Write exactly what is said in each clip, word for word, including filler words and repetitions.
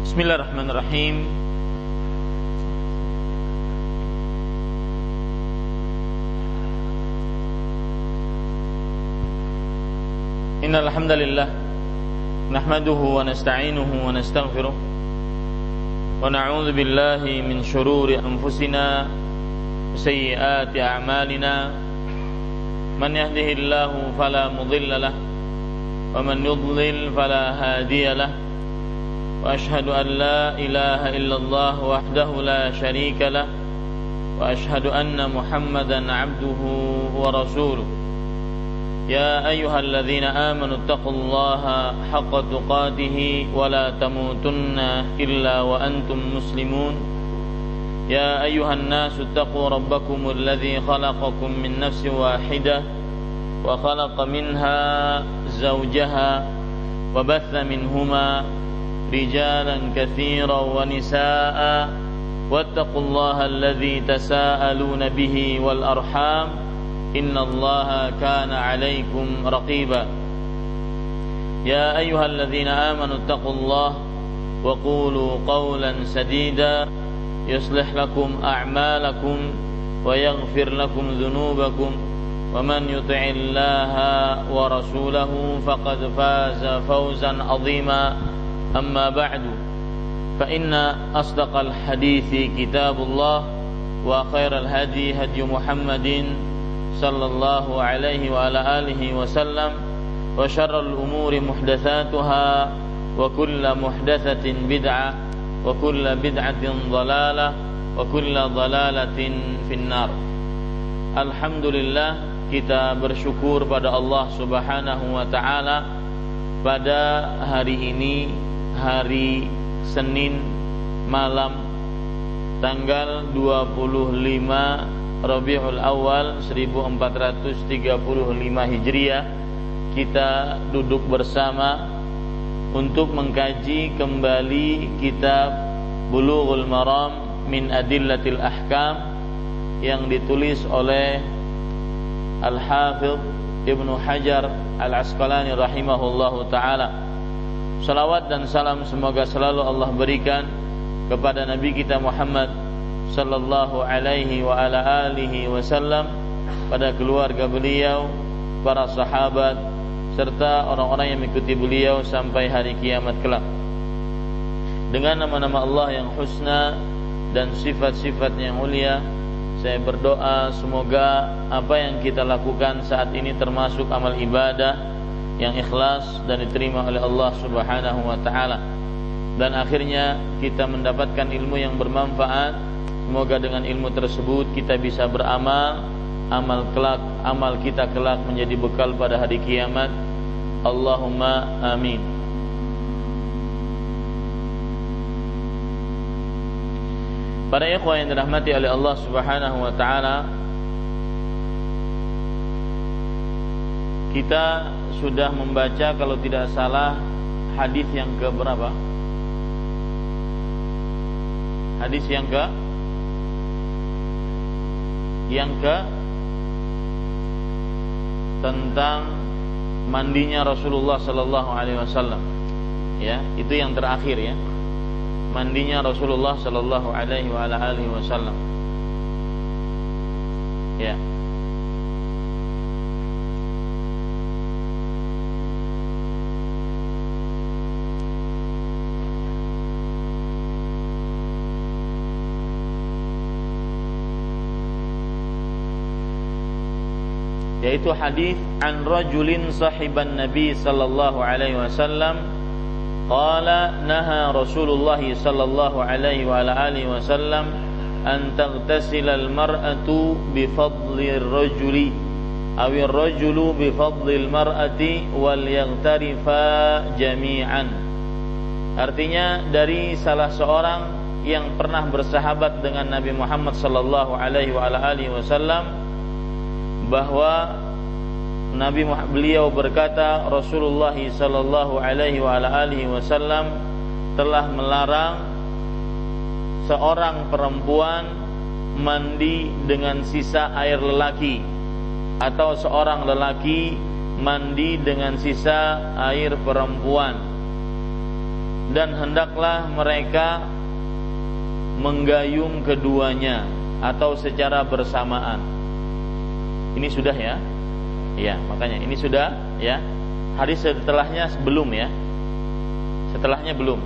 Bismillahirrahmanirrahim. Innal hamdalillah nahmaduhu wa nasta'inuhu wa nastaghfiruh wa na'udzu billahi min shururi anfusina wa sayyiati a'malina. Man yahdihillahu fala mudilla lahu wa man yudlil fala hadiya lahu. وأشهد أن لا إله إلا الله وحده لا شريك له وأشهد أن محمدا عبده ورسوله. يا أيها الذين آمنوا اتقوا الله حق تقاته ولا تموتن إلا وأنتم مسلمون. يا أيها الناس اتقوا ربكم الذي خلقكم من نفس واحدة وخلق منها زوجها وبث منهما رجالا كثيرا ونساء واتقوا الله الذي تساءلون به والأرحام إن الله كان عليكم رقيبا. يا أيها الذين آمنوا اتقوا الله وقولوا قولا سديدا يصلح لكم أعمالكم ويغفر لكم ذنوبكم ومن يطع الله ورسوله فقد فاز فوزا عظيما. أما بعد فإن أصدق الحديث كتاب الله وخير الهدي هدي محمد صلى الله عليه وعلى آله وسلم وشر الأمور محدثاتها وكل محدثة بدعة وكل بدعة ضلالة وكل ضلالة في النار. Alhamdulillah, kita bersyukur pada Allah Subhanahu wa taala pada hari ini, hari Senin malam tanggal dua puluh lima Rabiul Awal seribu empat ratus tiga puluh lima Hijriah, kita duduk bersama untuk mengkaji kembali kitab Bulughul Maram min Adillatil Ahkam yang ditulis oleh Al-Hafidh Ibnu Hajar Al-Asqalani rahimahullahu ta'ala. Salawat dan salam semoga selalu Allah berikan kepada Nabi kita Muhammad sallallahu alaihi wa ala alihi wasallam, pada keluarga beliau, para sahabat, serta orang-orang yang mengikuti beliau sampai hari kiamat kelak. Dengan nama-nama Allah yang husna dan sifat-sifat yang mulia, saya berdoa semoga apa yang kita lakukan saat ini termasuk amal ibadah yang ikhlas dan diterima oleh Allah Subhanahu wa taala, dan akhirnya kita mendapatkan ilmu yang bermanfaat. Semoga dengan ilmu tersebut kita bisa beramal, amal kelak, amal kita kelak menjadi bekal pada hari kiamat. Allahumma amin. Para ikhwah yang dirahmati oleh Allah Subhanahu wa taala, kita sudah membaca kalau tidak salah hadis yang ke berapa? Hadis yang ke yang ke tentang mandinya Rasulullah sallallahu alaihi wasallam. Ya, itu yang terakhir ya. Mandinya Rasulullah sallallahu alaihi wa ala alihi wasallam. Ya. Yaitu hadis an rajulin sahiban Nabi sallallahu alaihi wasallam qala naha Rasulullah sallallahu alaihi wa ala alihi wasallam an taghtasila al-mar'atu bi fadli ar-rajuli aw ar-rajulu bi fadli al-mar'ati wal yaghtarifa jami'an. Artinya, dari salah seorang yang pernah bersahabat dengan Nabi Muhammad sallallahu alaihi wa ala alihi wasallam, bahwa Nabi beliau berkata, Rasulullah sallallahu alaihi wa ala alihi wasallam telah melarang seorang perempuan mandi dengan sisa air lelaki, atau seorang lelaki mandi dengan sisa air perempuan. dan hendaklah mereka menggayung keduanya atau secara bersamaan. Ini sudah ya. Ya, makanya ini sudah ya. Hadis setelahnya belum ya. Setelahnya belum.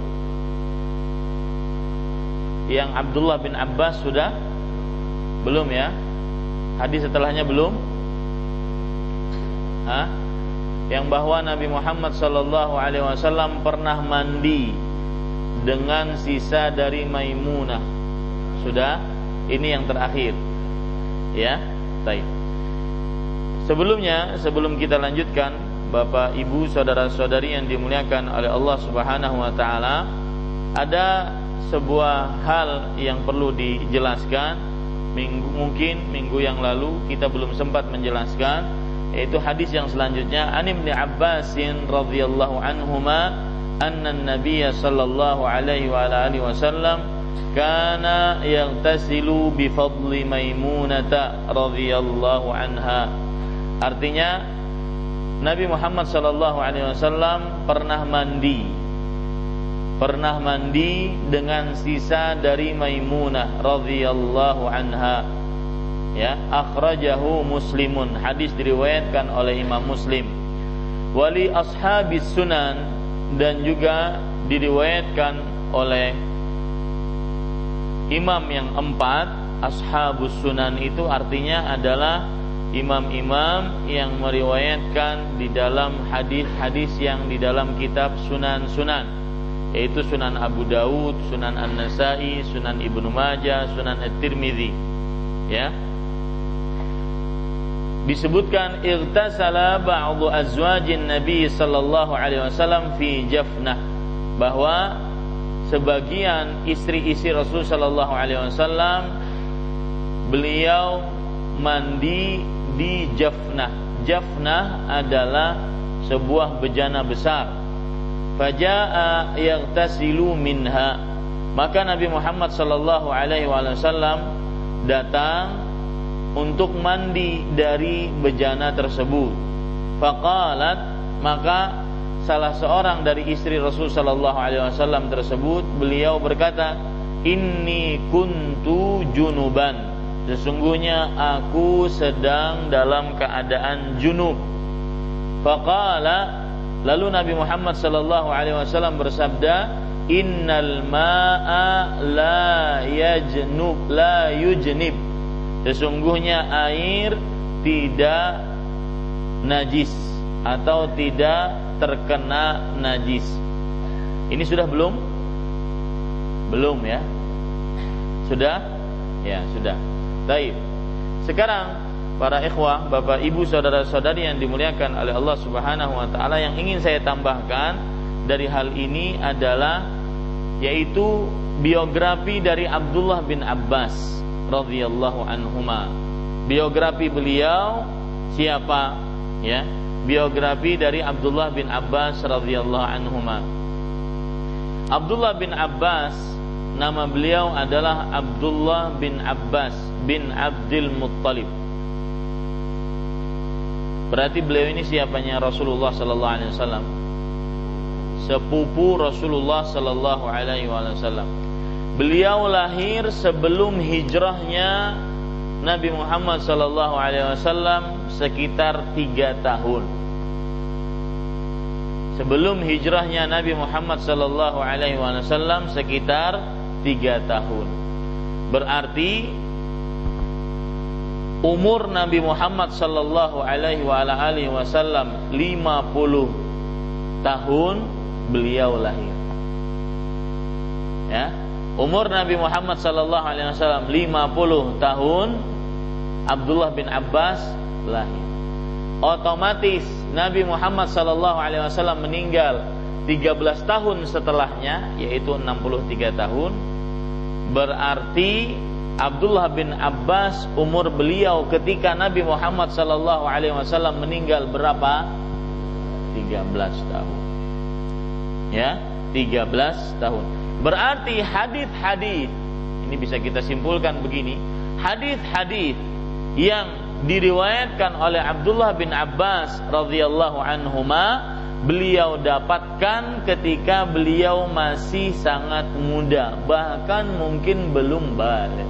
Yang Abdullah bin Abbas sudah belum ya. Hadis setelahnya belum. Hah? Yang bahwa Nabi Muhammad sallallahu alaihi wasallam pernah mandi dengan sisa dari Maimunah. Sudah? Ini yang terakhir. Ya, baik. Sebelumnya, sebelum kita lanjutkan, Bapak, Ibu, saudara-saudari yang dimuliakan oleh Allah Subhanahu wa taala, ada sebuah hal yang perlu dijelaskan. Minggu, mungkin minggu yang lalu kita belum sempat menjelaskan, yaitu hadis yang selanjutnya, An Ibnu Abbasin radhiyallahu anhuma anna an-nabiy sallallahu alaihi wa alihi wasallam kana yaghtasilu bi fadli Maimunah radhiyallahu anha. Artinya Nabi Muhammad sallallahu alaihi wasallam pernah mandi pernah mandi dengan sisa dari Maimunah radhiyallahu anha. Ya, akhrajahu Muslimun. Hadis diriwayatkan oleh Imam Muslim. Wali ashabis sunan, dan juga diriwayatkan oleh imam yang empat. Ashabus sunan itu artinya adalah imam-imam yang meriwayatkan di dalam hadis-hadis yang di dalam kitab sunan-sunan, yaitu Sunan Abu Dawud, Sunan An-Nasai, Sunan Ibnu Majah, Sunan At-Tirmidzi. Ya, disebutkan irtasala ba'du azwajin Nabi sallallahu alaihi wasallam fi Jafnah, bahwa sebagian istri-istri Rasul sallallahu alaihi wasallam beliau mandi di Jafnah. Jafnah adalah sebuah bejana besar. Faja'a yaghtasilu minha, maka Nabi Muhammad sallallahu alaihi wasallam datang untuk mandi dari bejana tersebut. Faqalat, maka salah seorang dari istri Rasul sallallahu alaihi wasallam tersebut, beliau berkata, inni kuntu junuban, sesungguhnya aku sedang dalam keadaan junub. Faqala, lalu Nabi Muhammad sallallahu alaihi wasallam bersabda, innal ma'a la yajnub la yujnib, sesungguhnya air tidak najis atau tidak terkena najis. Ini sudah belum? Belum ya? Sudah? Ya, sudah. Baik. Sekarang para ikhwah, Bapak, Ibu, saudara-saudari yang dimuliakan oleh Allah Subhanahu wa taala, yang ingin saya tambahkan dari hal ini adalah yaitu biografi dari Abdullah bin Abbas radhiyallahu anhuma. Biografi beliau siapa? Ya, biografi dari Abdullah bin Abbas radhiyallahu anhuma. Abdullah bin Abbas, nama beliau adalah Abdullah bin Abbas bin Abdul Muttalib. Berarti beliau ini siapanya Rasulullah sallallahu alaihi wasallam? Sepupu Rasulullah sallallahu alaihi wasallam. Beliau lahir sebelum hijrahnya Nabi Muhammad sallallahu alaihi wasallam sekitar tiga tahun. Sebelum hijrahnya Nabi Muhammad sallallahu alaihi wasallam sekitar tiga tahun. Berarti umur Nabi Muhammad sallallahu alaihi wasallam lima puluh tahun beliau lahir. Ya, umur Nabi Muhammad sallallahu alaihi wasallam lima puluh tahun, Abdullah bin Abbas lahir. Otomatis Nabi Muhammad sallallahu alaihi wasallam meninggal tiga belas tahun setelahnya, yaitu enam puluh tiga tahun. Berarti Abdullah bin Abbas umur beliau ketika Nabi Muhammad sallallahu alaihi wasallam meninggal berapa? tiga belas tahun. Ya, tiga belas tahun. Berarti hadis-hadis ini bisa kita simpulkan begini, hadis-hadis yang diriwayatkan oleh Abdullah bin Abbas radhiyallahu anhuma beliau dapatkan ketika beliau masih sangat muda, bahkan mungkin belum balik.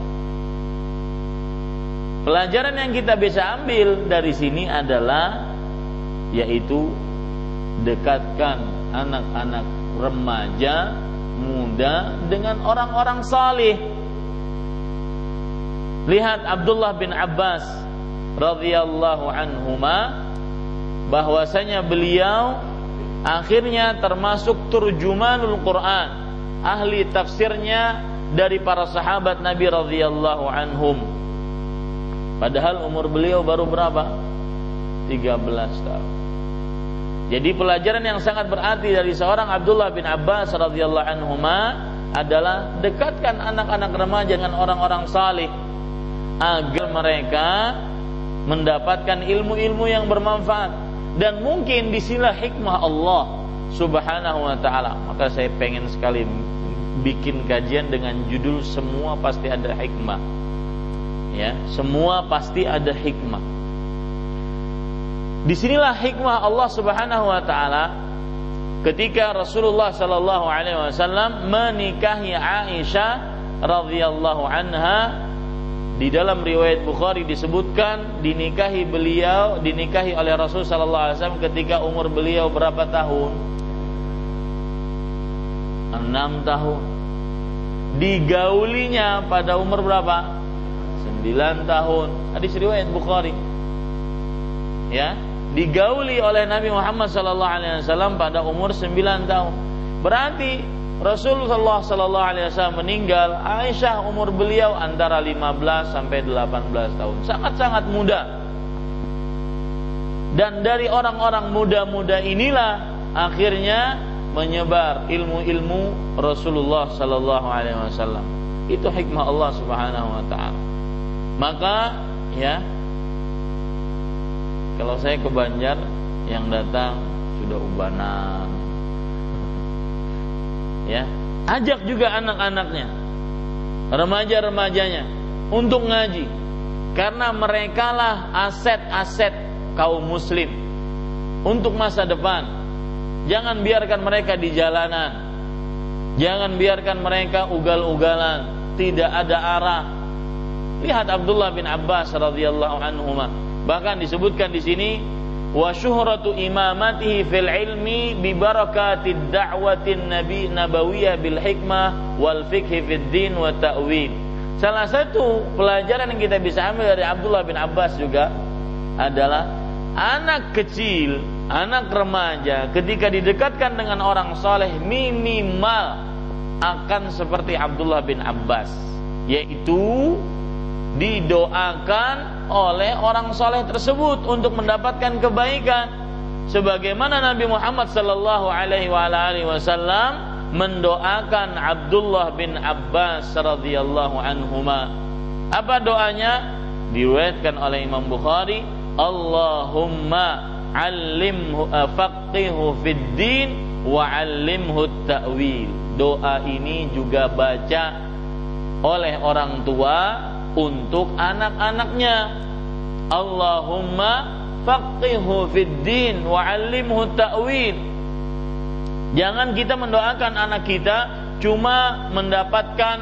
Pelajaran yang kita bisa ambil dari sini adalah yaitu dekatkan anak-anak remaja muda dengan orang-orang salih. Lihat Abdullah bin Abbas radhiyallahu anhuma, bahwasanya beliau akhirnya termasuk turjumanul Quran, ahli tafsirnya dari para sahabat Nabi radhiyallahu anhum. Padahal umur beliau baru berapa? tiga belas tahun. Jadi pelajaran yang sangat berarti dari seorang Abdullah bin Abbas radhiyallahu anhuma adalah dekatkan anak-anak remaja dengan orang-orang salih agar mereka mendapatkan ilmu-ilmu yang bermanfaat. Dan mungkin disinilah hikmah Allah subhanahu wa ta'ala. Maka saya pengen sekali bikin kajian dengan judul semua pasti ada hikmah. Ya, semua pasti ada hikmah. Disinilah hikmah Allah subhanahu wa ta'ala ketika Rasulullah sallallahu alaihi wasallam menikahi Aisyah radhiyallahu anha. Di dalam riwayat Bukhari disebutkan dinikahi beliau dinikahi oleh Rasul sallallahu alaihi wasallam ketika umur beliau berapa tahun? enam tahun. Digaulinya pada umur berapa? sembilan tahun. Hadis riwayat Bukhari. Ya, digauli oleh Nabi Muhammad sallallahu alaihi wasallam pada umur sembilan tahun. Berarti Rasulullah sallallahu alaihi wasallam meninggal, Aisyah umur beliau antara lima belas sampai delapan belas tahun. Sangat-sangat muda. Dan dari orang-orang muda-muda inilah akhirnya menyebar ilmu-ilmu Rasulullah sallallahu alaihi wasallam. Itu hikmah Allah Subhanahu wa taala. Maka ya, kalau saya ke Banjar yang datang sudah ubanan. Ya, ajak juga anak-anaknya, remaja-remajanya untuk ngaji, karena merekalah aset-aset kaum muslim untuk masa depan. Jangan biarkan mereka di jalanan, jangan biarkan mereka ugal-ugalan, tidak ada arah. Lihat Abdullah bin Abbas radhiyallahu anhuma, bahkan disebutkan di sini wa syuhratu imamatihi fil ilmi bi barakatid da'watin nabi nabawiyah bil hikmah wal fiqhi fid din wa ta'wil. Salah satu pelajaran yang kita bisa ambil dari Abdullah bin Abbas juga adalah anak kecil, anak remaja ketika didekatkan dengan orang saleh minimal akan seperti Abdullah bin Abbas, yaitu didoakan oleh orang saleh tersebut untuk mendapatkan kebaikan, sebagaimana Nabi Muhammad sallallahu alaihi wasallam mendoakan Abdullah bin Abbas radhiyallahu anhuma. Apa doanya? Diriwayatkan oleh Imam Bukhari, Allahumma 'allimhu faqihhu fid din wa 'allimhu ta'wil. Doa ini juga baca oleh orang tua untuk anak-anaknya. Allahumma faqihhu fid din wa 'allimhu ta'wil. Jangan kita mendoakan anak kita cuma mendapatkan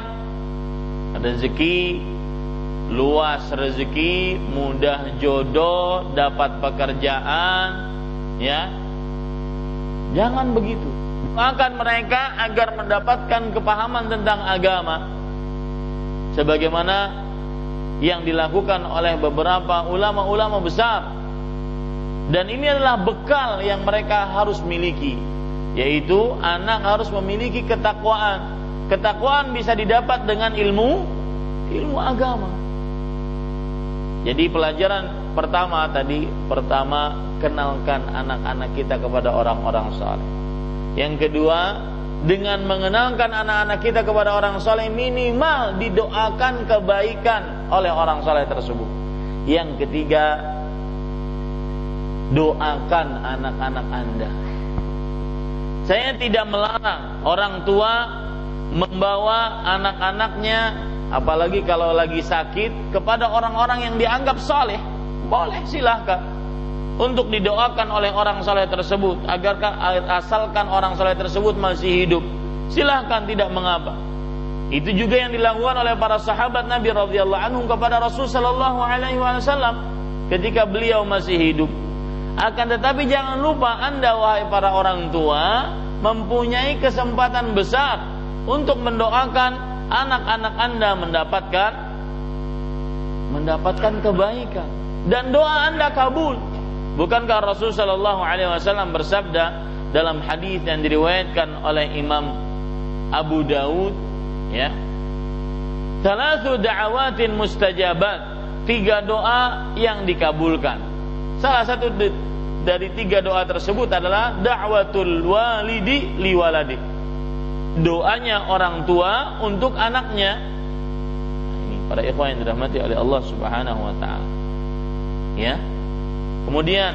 rezeki, luas rezeki, mudah jodoh, dapat pekerjaan, ya. Jangan begitu. Doakan mereka agar mendapatkan kepahaman tentang agama, sebagaimana yang dilakukan oleh beberapa ulama-ulama besar. Dan ini adalah bekal yang mereka harus miliki, yaitu anak harus memiliki ketakwaan. Ketakwaan bisa didapat dengan ilmu ilmu agama. Jadi pelajaran pertama tadi, pertama kenalkan anak-anak kita kepada orang-orang saleh. Yang kedua, dengan mengenalkan anak-anak kita kepada orang saleh, minimal didoakan kebaikan oleh orang saleh tersebut. Yang ketiga, doakan anak-anak Anda. Saya tidak melarang orang tua membawa anak-anaknya, apalagi kalau lagi sakit, kepada orang-orang yang dianggap saleh. Boleh, silahkan. untuk didoakan oleh orang saleh tersebut, agar asalkan orang saleh tersebut masih hidup, silahkan, tidak mengapa. Itu juga yang dilakukan oleh para sahabat Nabi radhiyallahu anhum kepada Rasul sallallahu alaihi wasallam ketika beliau masih hidup. Akan tetapi jangan lupa Anda, wahai para orang tua, mempunyai kesempatan besar untuk mendoakan anak-anak Anda mendapatkan mendapatkan kebaikan dan doa Anda kabul. Bukankah Rasul sallallahu alaihi wasallam bersabda dalam hadis yang diriwayatkan oleh Imam Abu Daud, ya, "Thalathu da'awatin mustajabat," tiga doa yang dikabulkan. Salah satu dari tiga doa tersebut adalah da'watul walidi liwaladi, doanya orang tua untuk anaknya. Ini para ikhwan yang dirahmati oleh Allah Subhanahu wa taala. Ya. Kemudian,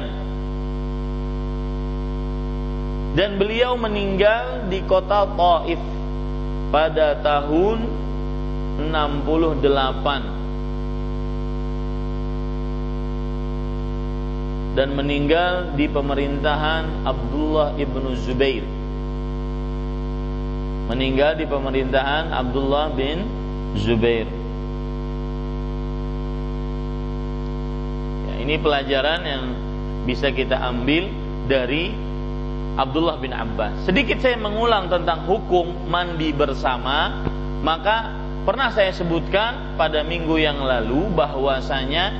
dan beliau meninggal di kota Taif pada tahun enam puluh delapan dan meninggal di pemerintahan Abdullah ibnu Zubair. Meninggal di pemerintahan Abdullah bin Zubair. Ya, ini pelajaran yang bisa kita ambil dari Abdullah bin Abbas. Sedikit saya mengulang tentang hukum mandi bersama. Maka pernah saya sebutkan pada minggu yang lalu bahwasanya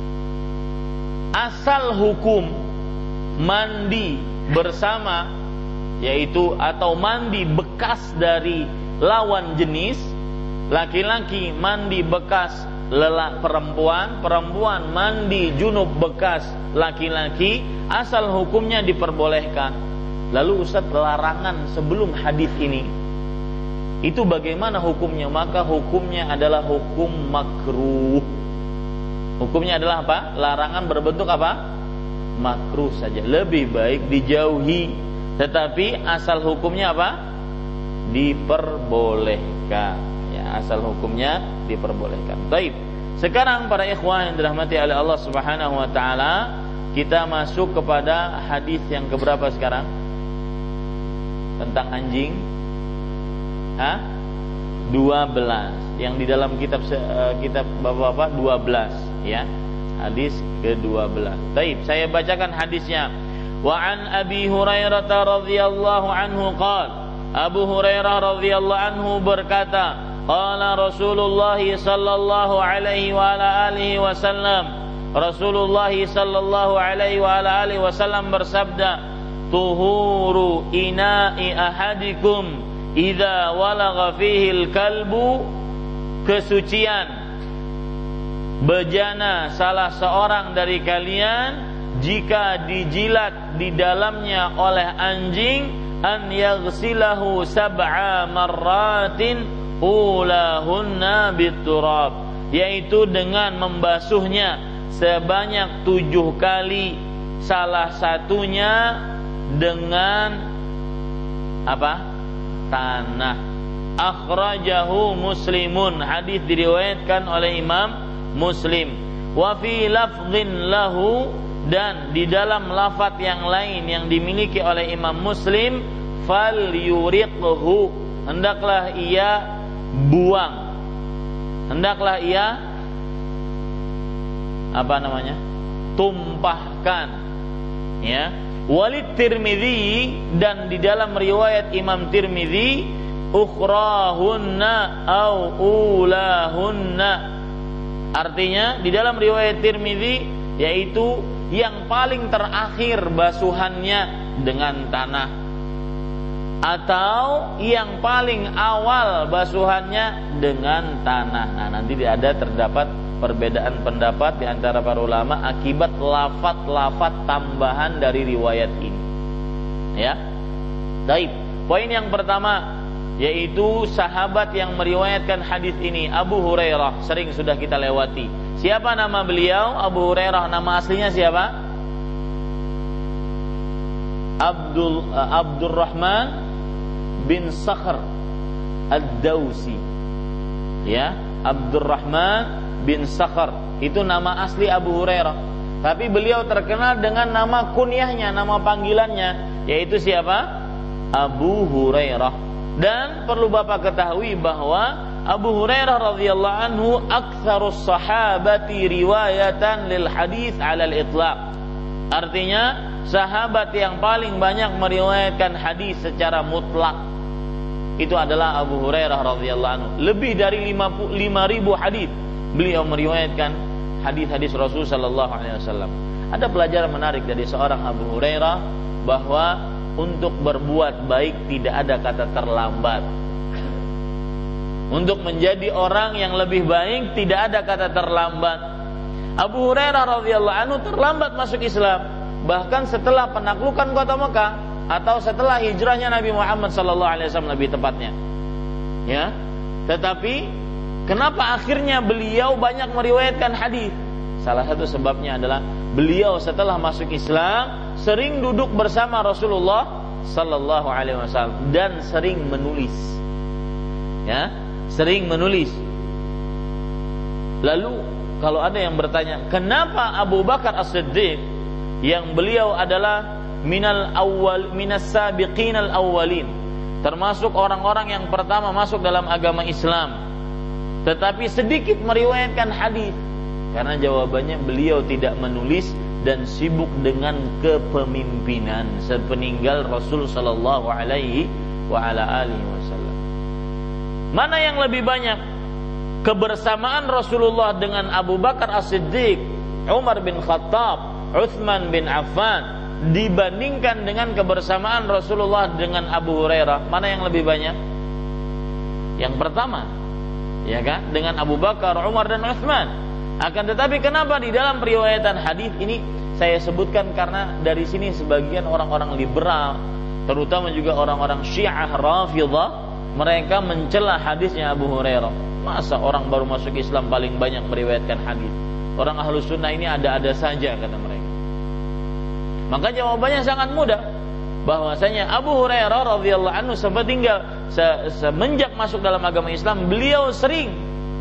asal hukum mandi bersama, yaitu atau mandi bekas dari lawan jenis, laki-laki mandi bekas lelaki perempuan, perempuan mandi junub bekas laki-laki, asal hukumnya diperbolehkan. Lalu Ustaz, larangan sebelum hadis ini itu bagaimana hukumnya? Maka hukumnya adalah hukum makruh. Hukumnya adalah apa? Larangan berbentuk apa? Makruh saja. Lebih baik dijauhi. Tetapi asal hukumnya apa? Diperbolehkan. Ya, asal hukumnya diperbolehkan. Baik. Sekarang para ikhwan yang dirahmati oleh Allah Subhanahu wa taala, kita masuk kepada hadis yang keberapa sekarang? Tentang anjing. Hah? dua belas. Yang di dalam kitab kitab Bapak-bapak dua belas, ya. Hadis ke dua belas. Baik, saya bacakan hadisnya. Wa an Abi Hurairah radhiyallahu anhu qala, Abu Hurairah radhiyallahu anhu berkata, qala Rasulullah sallallahu alaihi wa ala alihi wasallam, Rasulullah sallallahu alaihi wa ala alihi wasallam bersabda, tuhuru ina'i ahadikum idza walagha fihi al-kalbu, kesucian bejana salah seorang dari kalian jika dijilat di dalamnya oleh anjing, an yaghsilahu sab'a marratin ulahunna biturab, yaitu dengan membasuhnya sebanyak tujuh kali, salah satunya dengan apa? Tanah. Akhrajahu Muslimun, hadis diriwayatkan oleh Imam Muslim. Wa fi lafdhin lahu, dan di dalam lafaz yang lain yang dimiliki oleh Imam Muslim, fal yuriqhu, hendaklah ia buang, hendaklah ia apa namanya? tumpahkan, ya. Walid Tirmidzi, dan di dalam riwayat Imam Tirmidzi, ukhrahunna au ulahunna, artinya di dalam riwayat Tirmidzi yaitu yang paling terakhir basuhannya dengan tanah, atau yang paling awal basuhannya dengan tanah. Nah, nanti ada terdapat perbedaan pendapat di antara para ulama akibat lafaz-lafaz tambahan dari riwayat ini. Ya. Baik, poin yang pertama yaitu sahabat yang meriwayatkan hadis ini, Abu Hurairah, sering sudah kita lewati. Siapa nama beliau? Abu Hurairah. Nama aslinya siapa? Abdul uh, Abdurrahman bin Sakhr Ad-Dausi. Ya, Abdurrahman bin Sakhr, itu nama asli Abu Hurairah. tapi beliau terkenal dengan nama kunyahnya, nama panggilannya, yaitu siapa? Abu Hurairah. Dan perlu Bapak ketahui bahwa Abu Hurairah radhiyallahu anhu aktsarus sahabati riwayatan lil hadis 'ala al-itlaq. Artinya sahabat yang paling banyak meriwayatkan hadis secara mutlak itu adalah Abu Hurairah radhiyallahu anhu. Lebih dari lima ribu hadis beliau meriwayatkan hadis-hadis Rasul sallallahu alaihi wasallam. Ada pelajaran menarik dari seorang Abu Hurairah bahwa untuk berbuat baik tidak ada kata terlambat. Untuk menjadi orang yang lebih baik tidak ada kata terlambat. Abu Hurairah radhiyallahu anhu terlambat masuk Islam, bahkan setelah penaklukan kota Mekah atau setelah hijrahnya Nabi Muhammad sallallahu alaihi wasallam lebih tepatnya. Ya. Tetapi kenapa akhirnya beliau banyak meriwayatkan hadis? Salah satu sebabnya adalah beliau setelah masuk Islam sering duduk bersama Rasulullah sallallahu alaihi wasallam dan sering menulis. Ya, sering menulis. Lalu kalau ada yang bertanya, kenapa Abu Bakar As-Siddiq yang beliau adalah minal awwal minas sabiqinal awwalin, termasuk orang-orang yang pertama masuk dalam agama Islam, tetapi sedikit meriwayatkan hadis? Karena jawabannya beliau tidak menulis dan sibuk dengan kepemimpinan sepeninggal Rasul sallallahu alaihi wa ala alihi wasallam. Mana yang lebih banyak? Kebersamaan Rasulullah dengan Abu Bakar As-Siddiq, Umar bin Khattab, Utsman bin Affan dibandingkan dengan kebersamaan Rasulullah dengan Abu Hurairah, mana yang lebih banyak? Yang pertama, ya kan? Dengan Abu Bakar, Umar dan Utsman. Akan tetapi kenapa di dalam periwayatan hadis ini saya sebutkan, karena dari sini sebagian orang-orang liberal, terutama juga orang-orang Syiah Rafidhah, mereka mencela hadisnya Abu Hurairah. Masa orang baru masuk Islam paling banyak meriwayatkan hadis? Orang Ahlus Sunnah ini ada-ada saja, kata mereka. Maka jawabannya sangat mudah, bahwasanya Abu Hurairah radhiyallahu anhu sempat tinggal se- semenjak masuk dalam agama Islam, beliau sering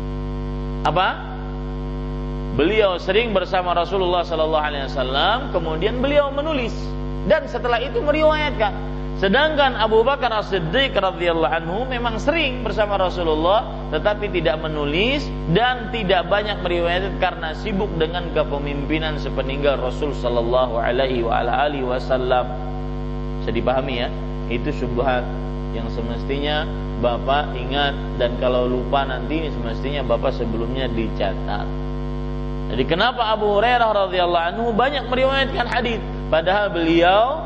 apa? Beliau sering bersama Rasulullah sallallahu alaihi wasallam, kemudian beliau menulis dan setelah itu meriwayatkan. Sedangkan Abu Bakar As-Siddiq radhiyallahu anhu memang sering bersama Rasulullah tetapi tidak menulis dan tidak banyak meriwayatkan karena sibuk dengan kepemimpinan sepeninggal Rasul sallallahu alaihi wa ala alihi wasallam. Bisa dipahami ya? Itu syubhat yang semestinya Bapak ingat, dan kalau lupa nanti semestinya Bapak sebelumnya dicatat. Jadi kenapa Abu Hurairah radhiyallahu anhu banyak meriwayatkan hadis padahal beliau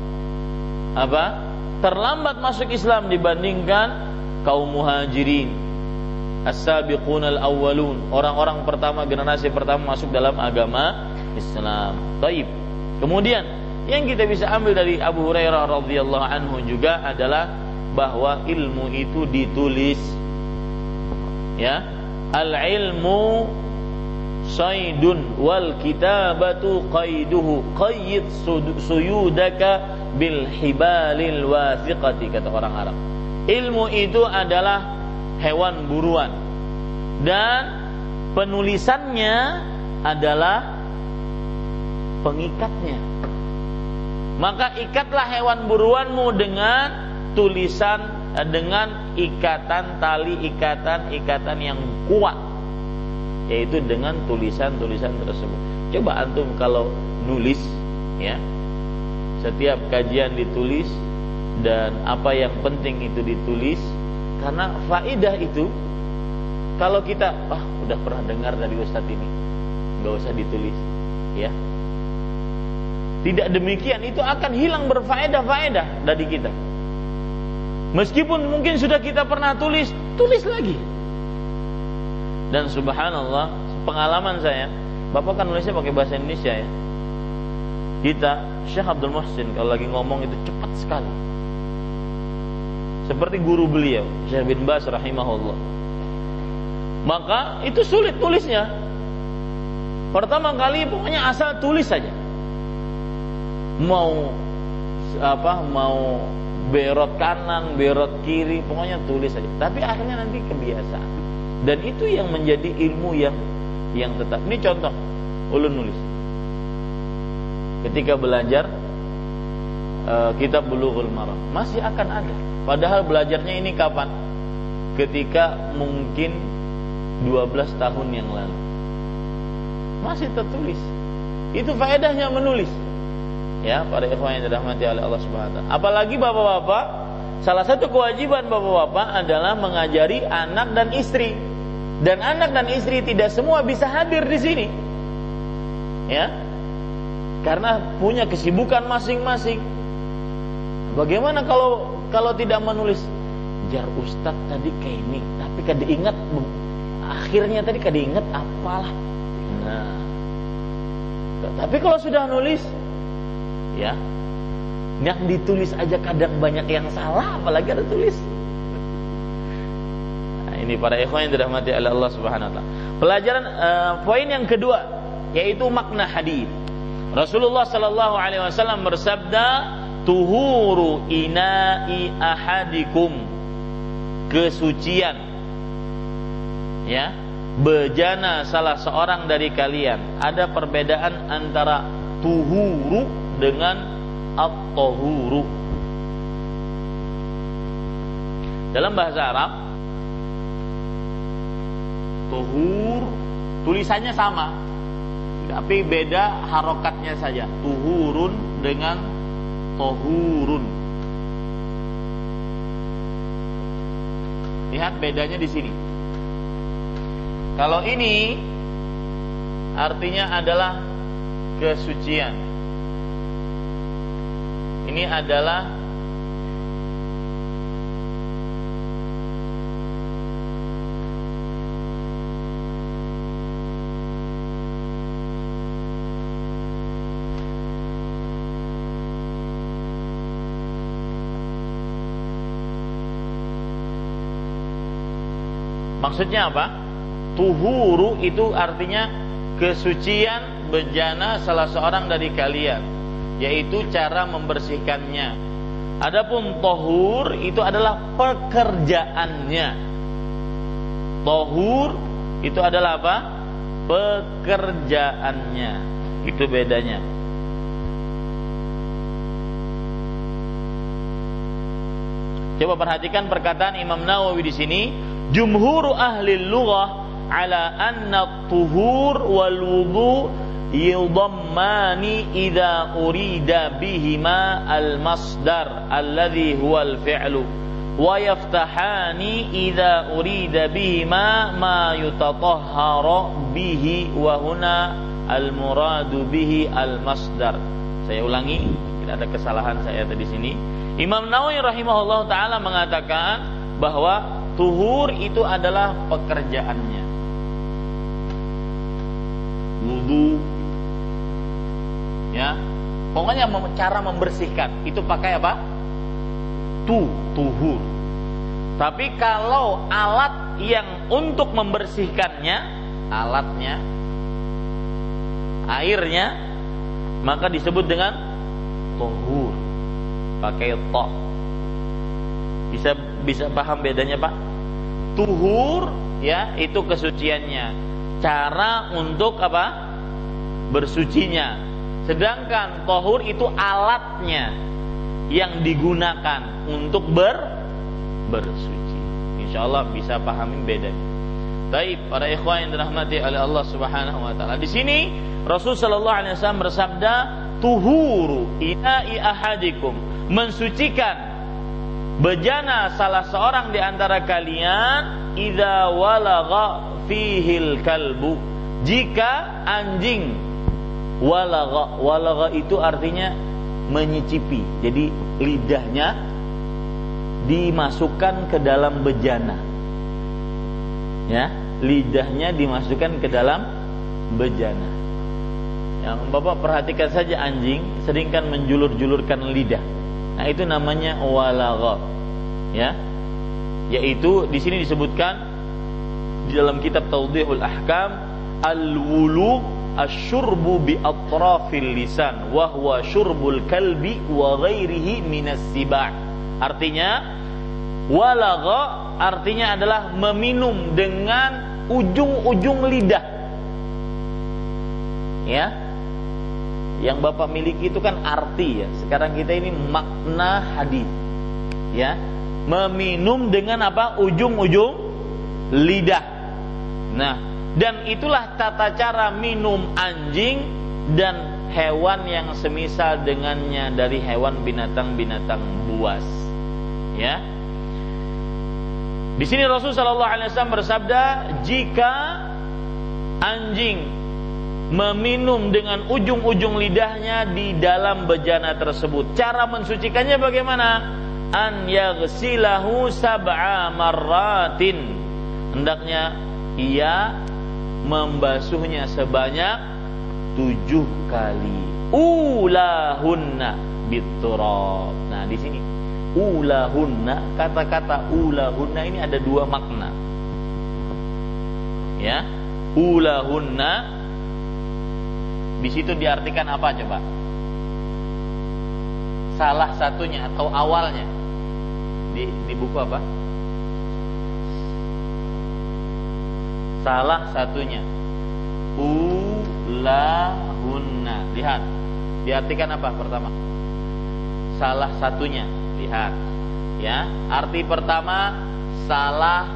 apa? Terlambat masuk Islam dibandingkan kaum Muhajirin, as-sabiqunal awwalun, orang-orang pertama, generasi pertama masuk dalam agama Islam. Baik. Kemudian yang kita bisa ambil dari Abu Hurairah radhiyallahu anhu juga adalah bahwa ilmu itu ditulis. Ya, al-ilmu saydun wal kitabatu qaiduhu qayyid suyudaka bil hibalil wathiqati, kata orang Arab. Ilmu itu adalah hewan buruan dan penulisannya adalah pengikatnya. Maka ikatlah hewan buruanmu dengan tulisan, dengan ikatan tali, ikatan ikatan yang kuat, yaitu dengan tulisan-tulisan tersebut. Coba antum kalau nulis, ya, setiap kajian ditulis dan apa yang penting itu ditulis, karena faedah itu kalau kita ah udah pernah dengar dari ustadz ini, nggak usah ditulis, ya. Tidak demikian, itu akan hilang berfaedah-faedah dari kita. Meskipun mungkin sudah kita pernah tulis, tulis lagi. Dan subhanallah, pengalaman saya, Bapak kan nulisnya pakai bahasa Indonesia ya. Kita, Syekh Abdul Muhsin kalau lagi ngomong itu cepat sekali. Seperti guru beliau, Syekh bin Baz rahimahullah. Maka itu sulit tulisnya. Pertama kali pokoknya asal tulis saja. Mau apa, mau berot kanan, berot kiri, pokoknya tulis saja. Tapi akhirnya nanti kebiasaan. Dan itu yang menjadi ilmu yang yang tetap. Ini contoh, ulun nulis. ketika belajar uh, kitab Bulughul Maram. Masih akan ada. Padahal belajarnya ini kapan? Ketika mungkin dua belas tahun yang lalu. Masih tertulis. Itu faedahnya menulis. Ya, para ikhwan yang dirahmati oleh Allah Subhanahu wa taala. Apalagi bapak-bapak, salah satu kewajiban bapak-bapak adalah mengajari anak dan istri. Dan anak dan istri tidak semua bisa hadir di sini. Ya. Karena punya kesibukan masing-masing. Bagaimana kalau kalau tidak menulis? Jar Ustaz tadi kayak ini, tapi kada ingat akhirnya tadi kada ingat apalah. Nah. Tapi kalau sudah nulis, ya, yang ditulis aja kadang banyak yang salah, apalagi ada tulis. Nah, ini para ikhwan yang dirahmati oleh Allah Subhanahu wa taala. Pelajaran uh, poin yang kedua yaitu makna hadis. Rasulullah sallallahu alaihi wasallam bersabda, "Tuhuru ina'i ahadikum." Kesucian, ya, bejana salah seorang dari kalian. Ada perbedaan antara tuhuru dengan at-tahuru. Dalam bahasa Arab, tuhur tulisannya sama, tapi beda harokatnya saja. Tuhurun dengan tohurun. Lihat bedanya di sini. Kalau ini artinya adalah kesucian. Ini adalah maksudnya apa? Tuhuru itu artinya kesucian bejana salah seorang dari kalian, yaitu cara membersihkannya. Adapun tohur itu adalah pekerjaannya. Tohur itu adalah apa? Pekerjaannya. Itu bedanya. Coba perhatikan perkataan Imam Nawawi di sini. Jumhur ahli lughah ala anna tuhur wal wudu yudammani idza urida bihima al masdar alladhi huwa al fi'lu wa yaftahani idza urida bihima ma yutatahharu bihi wa huna al muradu bihi al masdar. Saya ulangi, tidak ada kesalahan saya tadi sini. Imam Nawawi rahimahullah taala mengatakan bahwa tuhur itu adalah pekerjaannya. Wudu, ya, pokoknya cara membersihkan itu pakai apa? Tu, tuhur. Tapi kalau alat yang untuk membersihkannya, alatnya, airnya, maka disebut dengan tuhur. Pakai to. Bisa bisa paham bedanya, Pak? Tuhur, ya, itu kesuciannya. Cara untuk apa? Bersucinya. Sedangkan tohur itu alatnya yang digunakan untuk ber bersuci. Insyaallah bisa pahami bedanya. Baik, para ikhwan yang dirahmati oleh Allah Subhanahu wa taala. Di sini Rasul sallallahu alaihi wasallam bersabda, "Tuhuru ina'i ahadikum." Mensucikan bejana salah seorang di antara kalian idza walagha fihil kalbu, jika anjing walagha, walagha itu artinya menyicipi. Jadi lidahnya dimasukkan ke dalam bejana. Ya, lidahnya dimasukkan ke dalam bejana. Yang Bapak perhatikan saja anjing sering kan menjulur-julurkan lidah. Nah, itu namanya walagha. Ya. Yaitu di sini disebutkan di dalam kitab Tawdihul Ahkam, al-wulugh asyurbu bi atrafil lisan wa huwa syurbul kalbi wa ghairihi minas siba'. Artinya walagha artinya adalah meminum dengan ujung-ujung lidah. Ya. Yang Bapak miliki itu kan arti ya. Sekarang kita ini makna hadis. Ya. Meminum dengan apa? Ujung-ujung lidah. Nah, dan itulah tata cara minum anjing dan hewan yang semisal dengannya dari hewan binatang-binatang buas. Ya. Di sini Rasul sallallahu alaihi wasallam bersabda, jika anjing meminum dengan ujung-ujung lidahnya di dalam bejana tersebut, cara mensucikannya bagaimana? An yaghsilahu sab'a marratin. Hendaknya ia membasuhnya sebanyak tujuh kali. Ulahunna biturab. Nah, di sini ulahunna, kata-kata ulahunna ini ada dua makna. Ya, ulahunna di situ diartikan apa coba? Salah satunya atau awalnya. Di, di buku apa? Salah satunya. Ulahunna. Lihat. Diartikan apa pertama? Salah satunya. Lihat. Ya, arti pertama salah.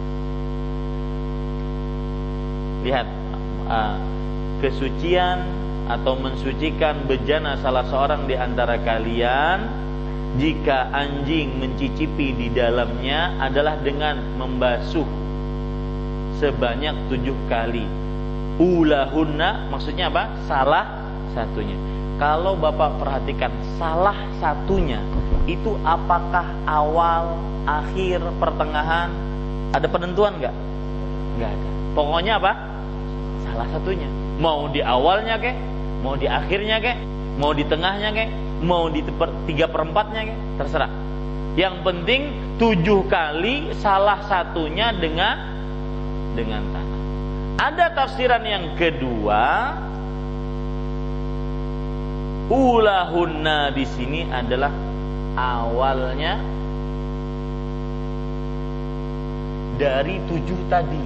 Lihat. Uh, kesucian atau mensucikan bejana salah seorang di antara kalian jika anjing mencicipi di dalamnya adalah dengan membasuh sebanyak tujuh kali. Ulahunna maksudnya apa? Salah satunya. Kalau Bapak perhatikan salah satunya itu apakah awal, akhir, pertengahan? Ada penentuan nggak? Nggak ada. Pokoknya apa? Salah satunya. Mau di awalnya kek, mau di akhirnya kek, mau di tengahnya kek, mau di tiga perempatnya kek, terserah. Yang penting tujuh kali salah satunya dengan dengan tanah. Ada tafsiran yang kedua, ulahunna di sini adalah awalnya dari tujuh tadi.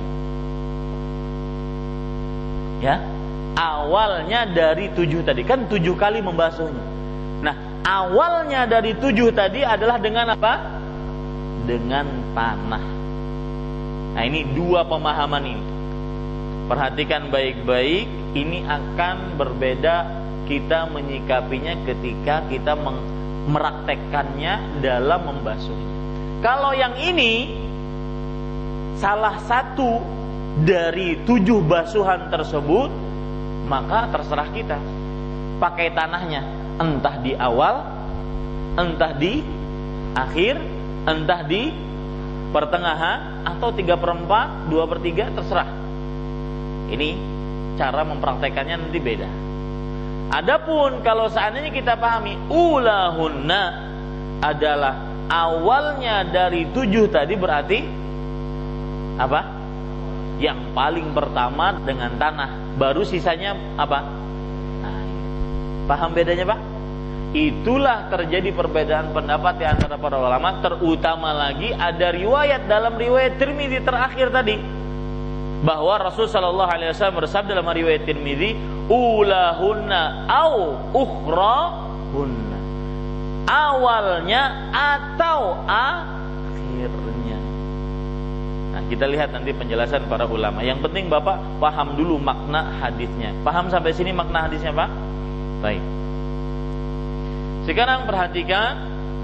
Ya, awalnya dari tujuh tadi, kan tujuh kali membasuhnya. Nah, awalnya dari tujuh tadi adalah dengan apa? Dengan tanah. Nah, ini dua pemahaman ini. Perhatikan baik-baik, ini akan berbeda kita menyikapinya ketika kita mempraktekkannya dalam membasuhnya. Kalau yang ini salah satu dari tujuh basuhan tersebut, maka terserah kita pakai tanahnya, entah di awal, entah di akhir, entah di pertengahan, atau tiga perempat, dua per tiga, terserah. Ini cara mempraktekannya nanti beda. Adapun kalau seandainya kita pahami ulahunna adalah awalnya dari tujuh tadi, berarti apa? Yang paling pertama dengan tanah, baru sisanya apa? Air. Paham bedanya, Pak? Itulah terjadi perbedaan pendapat di antara para ulama. Terutama lagi ada riwayat dalam riwayat Tirmidzi terakhir tadi, bahwa Rasul sallallahu alaihi wasallam bersabda dalam riwayat Tirmidzi, ulahunna au ukhrahunna, awalnya atau akhirnya. Nah, kita lihat nanti penjelasan para ulama. Yang penting Bapak paham dulu makna hadisnya. Paham sampai sini makna hadisnya, Pak? Baik. Sekarang perhatikan,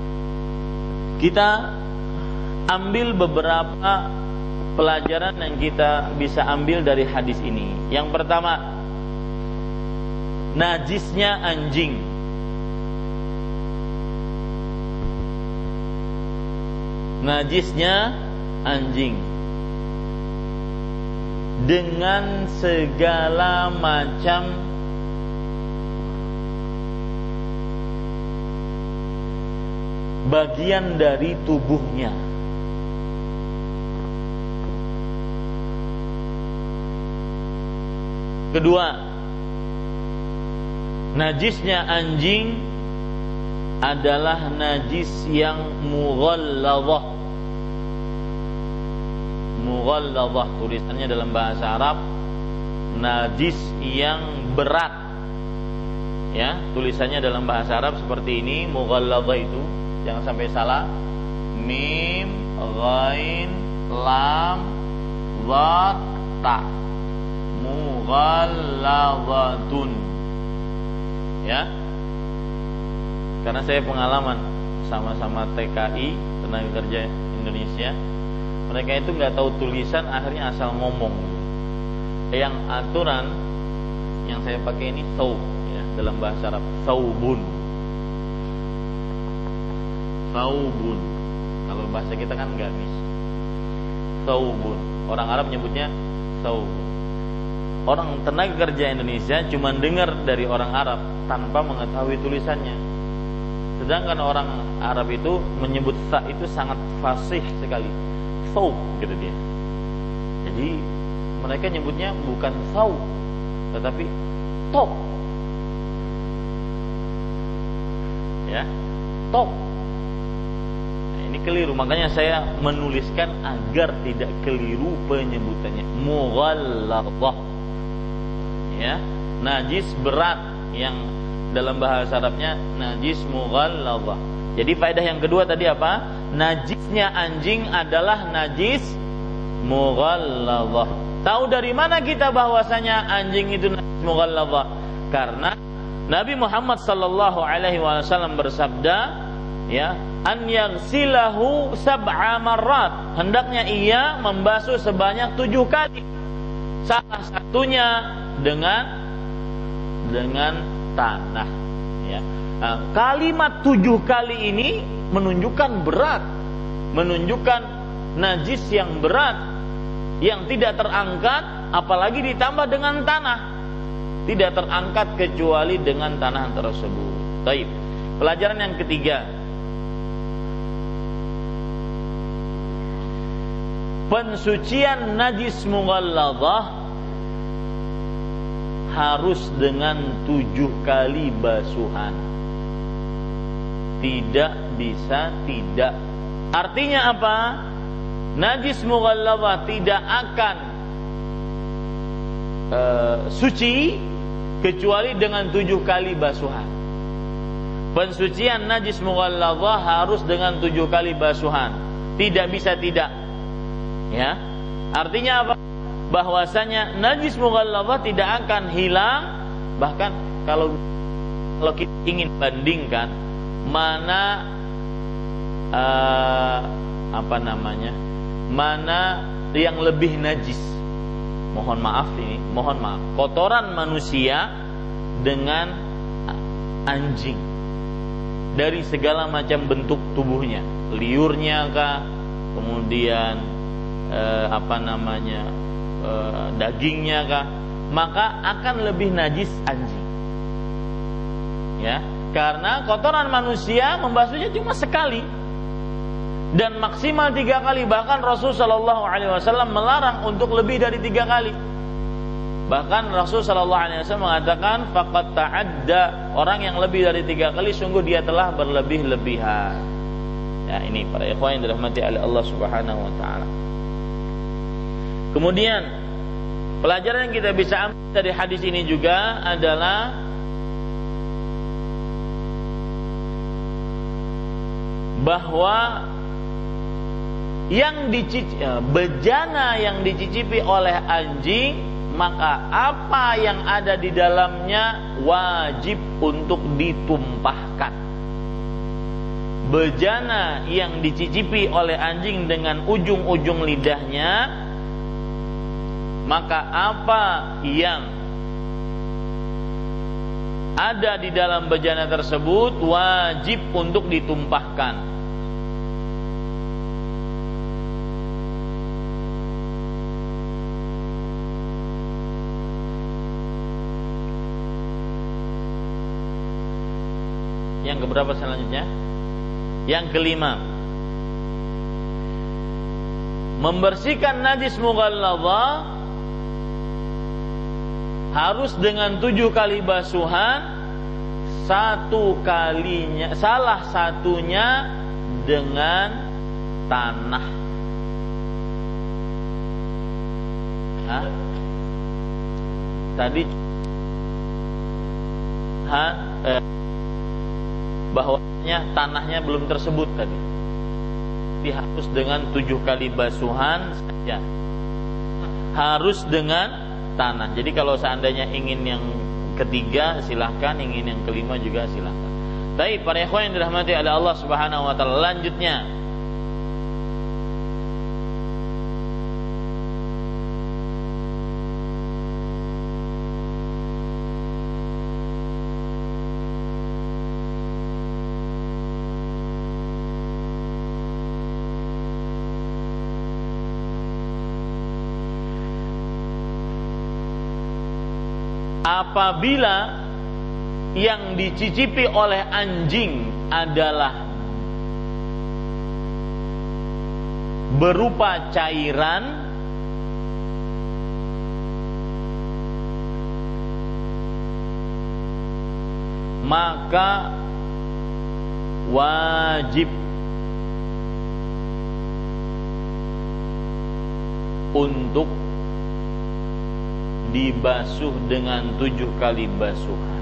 kita ambil beberapa pelajaran yang kita bisa ambil dari hadis ini. Yang pertama, najisnya anjing. Najisnya anjing dengan segala macam bagian dari tubuhnya. Kedua, najisnya anjing adalah najis yang mughalladzah. Mughalladzah tulisannya dalam bahasa Arab, najis yang berat. Ya, tulisannya dalam bahasa Arab seperti ini, mughalladzah itu, jangan sampai salah. Mim, ghain, lam, dha, ta. Mughalladzatun. Ya. Karena saya pengalaman sama-sama T K I, tenaga kerja Indonesia. Mereka itu nggak tahu tulisan, akhirnya asal ngomong. Yang aturan yang saya pakai ini thaub, ya, dalam bahasa Arab thaubun. Thaubun. Kalau bahasa kita kan gamis. Thaubun. Orang Arab nyebutnya thaub. Orang tenaga kerja Indonesia cuma dengar dari orang Arab tanpa mengetahui tulisannya. Sedangkan orang Arab itu menyebut tha itu sangat fasih sekali. Thaub gitu dia. Jadi mereka nyebutnya bukan thaub tetapi top. Ya, top. Nah, ini keliru, makanya saya menuliskan agar tidak keliru penyebutannya. Mughalladzah. Ya, najis berat, yang dalam bahasa Arabnya najis mughalladzah. Jadi faedah yang kedua tadi apa? Najisnya anjing adalah najis mughalladzah. Tahu dari mana kita bahwasanya anjing itu najis mughalladzah? Karena Nabi Muhammad sallallahu alaihi wasallam bersabda, ya, an yaghsilahu sab'a marrat. Hendaknya ia membasuh sebanyak tujuh kali. Salah satunya dengan dengan tanah, ya. Nah, kalimat tujuh kali ini menunjukkan berat, menunjukkan najis yang berat, yang tidak terangkat, apalagi ditambah dengan tanah, tidak terangkat kecuali dengan tanah tersebut. Baik. Pelajaran yang ketiga, pensucian najis mughalladzah harus dengan tujuh kali basuhan. Tidak bisa tidak. Artinya apa? Najis mughalladzah tidak akan uh, suci kecuali dengan tujuh kali basuhan. Pensucian najis mughalladzah harus dengan tujuh kali basuhan. Tidak bisa tidak. Ya, artinya apa? Bahwasanya najis mughalladzah tidak akan hilang. Bahkan kalau kalau kita ingin bandingkan mana uh, apa namanya, mana yang lebih najis, mohon maaf ini, mohon maaf, kotoran manusia dengan anjing dari segala macam bentuk tubuhnya, liurnya kah, kemudian eh, apa namanya eh, dagingnya kah, maka akan lebih najis anjing, ya, karena kotoran manusia membasuhnya cuma sekali dan maksimal tiga kali. Bahkan Rasul Shallallahu Alaihi Wasallam melarang untuk lebih dari tiga kali. Bahkan Rasul Shallallahu Alaihi Wasallam mengatakan, faqad ta'adda, orang yang lebih dari tiga kali sungguh dia telah berlebih-lebihan. Ya, ini para ikhwan yang dirahmati oleh Allah Subhanahu Wa Taala. Kemudian pelajaran yang kita bisa ambil dari hadis ini juga adalah bahwa yang dicicipi, bejana yang dicicipi oleh anjing, maka apa yang ada di dalamnya wajib untuk ditumpahkan. Bejana yang dicicipi oleh anjing dengan ujung-ujung lidahnya, maka apa yang ada di dalam bejana tersebut wajib untuk ditumpahkan. Yang keberapa selanjutnya? Yang kelima, membersihkan najis mughalladzah harus dengan tujuh kali basuhan. Satu kalinya, salah satunya dengan tanah. Hah? Tadi Tuhan eh, bahwasanya tanahnya belum tersebut tadi. Harus dengan tujuh kali basuhan saja. Harus dengan tanah. Jadi kalau seandainya ingin yang ketiga silahkan, ingin yang kelima juga silahkan. Tapi para ikhwan yang dirahmati oleh Allah Subhanahu wa taala, lanjutnya apabila yang dicicipi oleh anjing adalah berupa cairan, maka wajib untuk dibasuh dengan tujuh kali basuhan.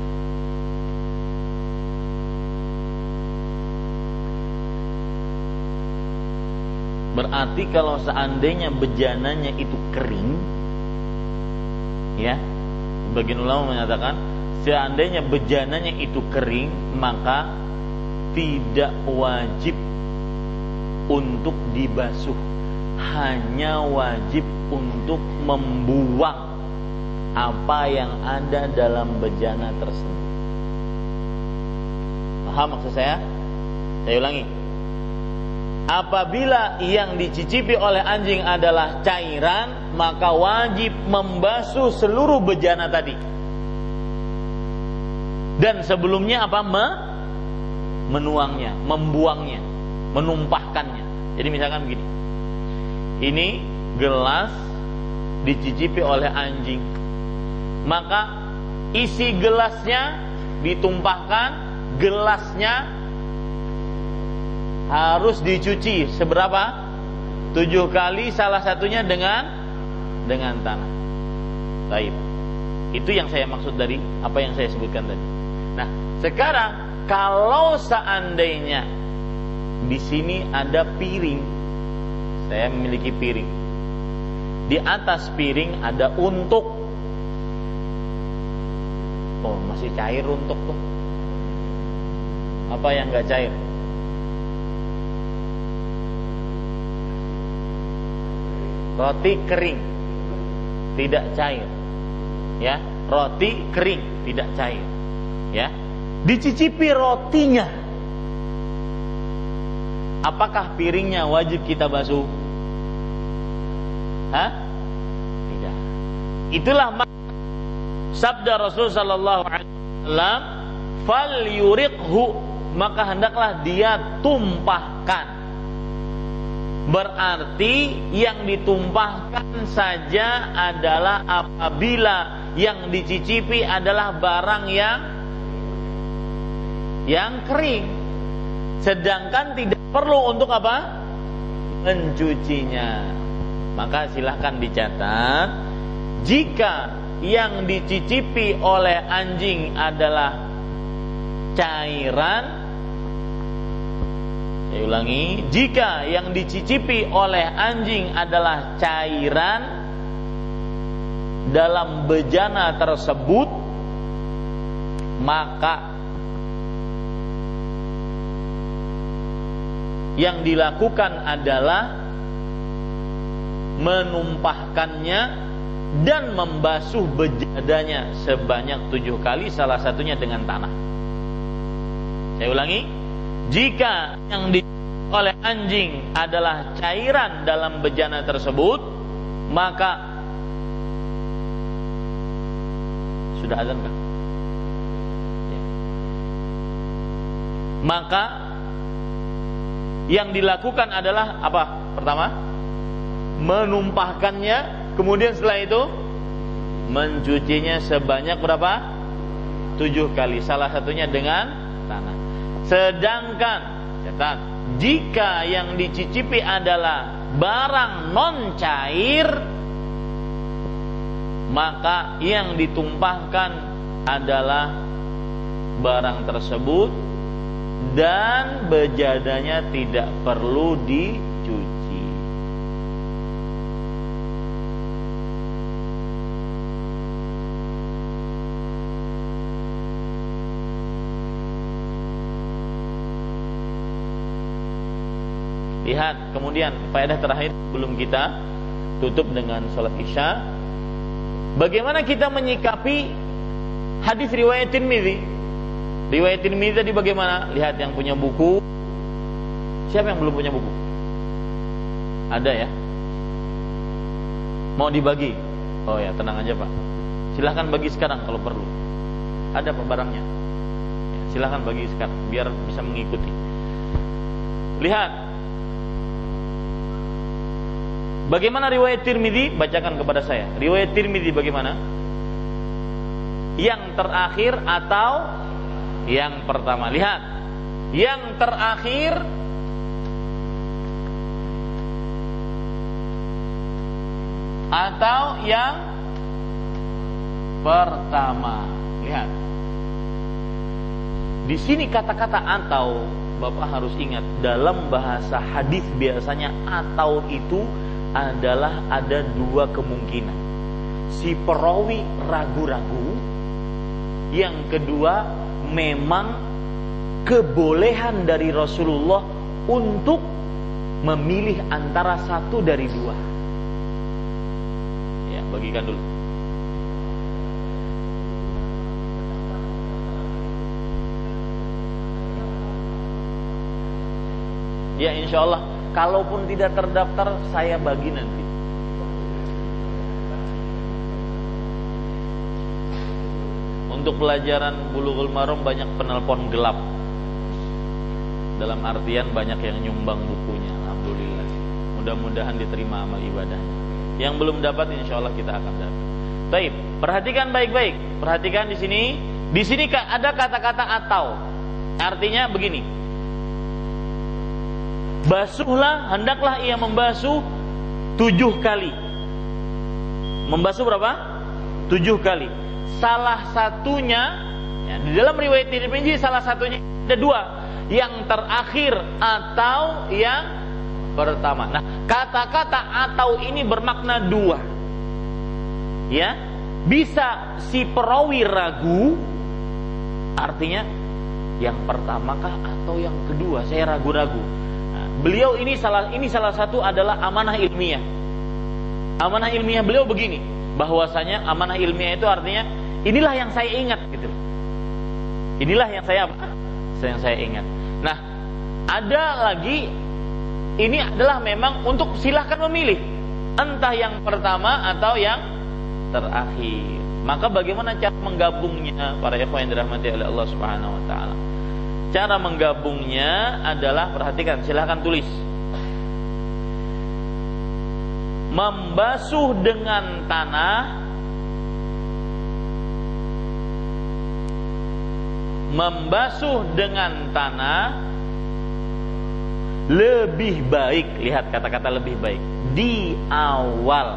Berarti kalau seandainya bejananya itu kering, ya, sebagian ulama menyatakan seandainya bejananya itu kering, maka tidak wajib untuk dibasuh, hanya wajib untuk membuang apa yang ada dalam bejana tersebut. Paham maksud saya? Saya ulangi. Apabila yang dicicipi oleh anjing adalah cairan, maka wajib membasuh seluruh bejana tadi. Dan sebelumnya apa? Me menuangnya, membuangnya, menumpahkannya. Jadi misalkan begini. Ini gelas dicicipi oleh anjing. Maka isi gelasnya ditumpahkan, gelasnya harus dicuci seberapa? Tujuh kali, salah satunya dengan dengan tanah. Baik. Itu yang saya maksud dari apa yang saya sebutkan tadi. Nah, sekarang kalau seandainya di sini ada piring, saya memiliki piring. Di atas piring ada untuk. Oh, masih cair untuk tuh. Apa yang enggak cair? Roti kering, tidak cair. Ya, roti kering, tidak cair. Ya. Dicicipi rotinya. Apakah piringnya wajib kita basuh? Hah? Tidak. Itulah sabda Rasul sallallahu alaihi wasallam, "Fal yuriqhu," maka hendaklah dia tumpahkan. Berarti yang ditumpahkan saja adalah apabila yang dicicipi adalah barang yang yang kering. Sedangkan tidak perlu untuk apa? Mencucinya. Maka silahkan dicatat, jika yang dicicipi oleh anjing adalah cairan, saya ulangi, jika yang dicicipi oleh anjing adalah cairan dalam bejana tersebut, maka yang dilakukan adalah menumpahkannya dan membasuh bejadanya sebanyak tujuh kali, salah satunya dengan tanah. Saya ulangi, jika yang dicicipi oleh anjing adalah cairan dalam bejana tersebut, maka sudah azan kan? Ya. Maka yang dilakukan adalah apa? Pertama, menumpahkannya, kemudian setelah itu mencucinya sebanyak berapa? Tujuh kali, salah satunya dengan tanah. Sedangkan catat, jika yang dicicipi adalah barang non cair, maka yang ditumpahkan adalah barang tersebut dan bejadanya tidak perlu dicuci. Lihat kemudian faedah terakhir belum kita tutup dengan salat Isya. Bagaimana kita menyikapi hadis riwayat Tirmidzi? Riwayat Tirmidzi tadi bagaimana? Lihat yang punya buku. Siapa yang belum punya buku? Ada ya? Mau dibagi? Oh ya, tenang aja Pak. Silahkan bagi sekarang kalau perlu. Ada Pak barangnya. Ya, silahkan bagi sekarang biar bisa mengikuti. Lihat. Bagaimana riwayat Tirmidzi? Bacakan kepada saya. Riwayat Tirmidzi bagaimana? Yang terakhir atau yang pertama? Lihat. Yang terakhir atau yang pertama? Lihat. Di sini kata-kata atau, Bapak harus ingat, dalam bahasa hadis biasanya atau itu adalah ada dua kemungkinan. Si perawi ragu-ragu, yang kedua memang kebolehan dari Rasulullah untuk memilih antara satu dari dua. Ya, bagikan dulu. Ya, insya Allah. Kalaupun tidak terdaftar, saya bagi nanti. Untuk pelajaran Bulughul Maram banyak penelpon gelap. Dalam artian banyak yang nyumbang bukunya. Alhamdulillah. Mudah-mudahan diterima amal ibadahnya. Yang belum dapat, insya Allah kita akan dapat. Baik, perhatikan baik-baik. Perhatikan di sini. Di sini ada kata-kata atau. Artinya begini. Basuhlah, hendaklah ia membasuh tujuh kali. Membasuh berapa? Tujuh kali. Salah satunya, ya, di dalam riwayat Tirmidzi salah satunya ada dua, yang terakhir atau yang pertama. Nah, kata-kata atau ini bermakna dua. Ya, bisa si perawi ragu, artinya yang pertamakah atau yang kedua? Saya ragu-ragu. Beliau ini salah ini salah satu adalah amanah ilmiah. Amanah ilmiah beliau begini, bahwasanya amanah ilmiah itu artinya inilah yang saya ingat gitu. Inilah yang saya apa? Yang saya ingat. Nah, ada lagi ini adalah memang untuk silahkan memilih entah yang pertama atau yang terakhir. Maka bagaimana cara menggabungnya para ikhwan yang dirahmati oleh Allah Subhanahu wa taala? Cara menggabungnya adalah, perhatikan, silahkan tulis. Membasuh dengan tanah, membasuh dengan tanah lebih baik. Lihat kata-kata lebih baik. Di awal,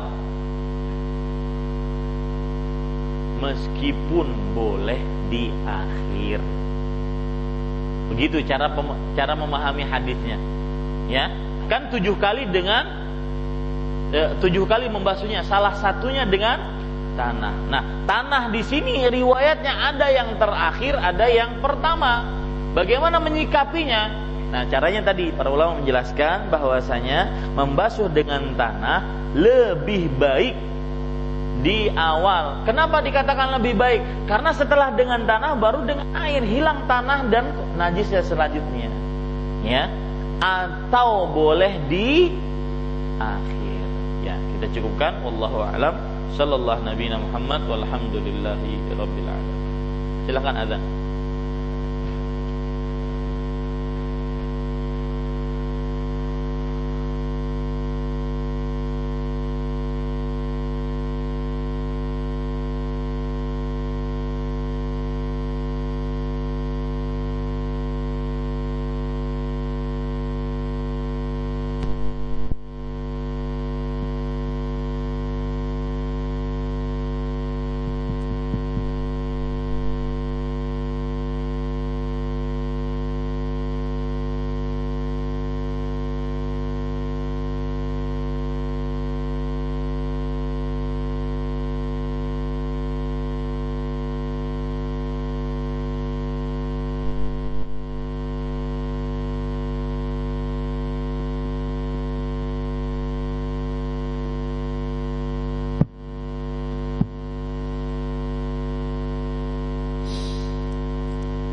meskipun boleh di akhir. Begitu cara pem- cara memahami hadisnya, ya kan tujuh kali dengan eh, tujuh kali membasuhnya, salah satunya dengan tanah. Nah, tanah di sini riwayatnya ada yang terakhir, ada yang pertama. Bagaimana menyikapinya? Nah, caranya tadi para ulama menjelaskan bahwasanya membasuh dengan tanah lebih baik di awal. Kenapa dikatakan lebih baik? Karena setelah dengan tanah baru dengan air, hilang tanah dan najisnya selanjutnya. Ya. Atau boleh di akhir. Ya, kita cukupkan. Wallahu a'lam. Sallallahu nabiyana Muhammad walhamdulillahi rabbil alamin. Silakan azan.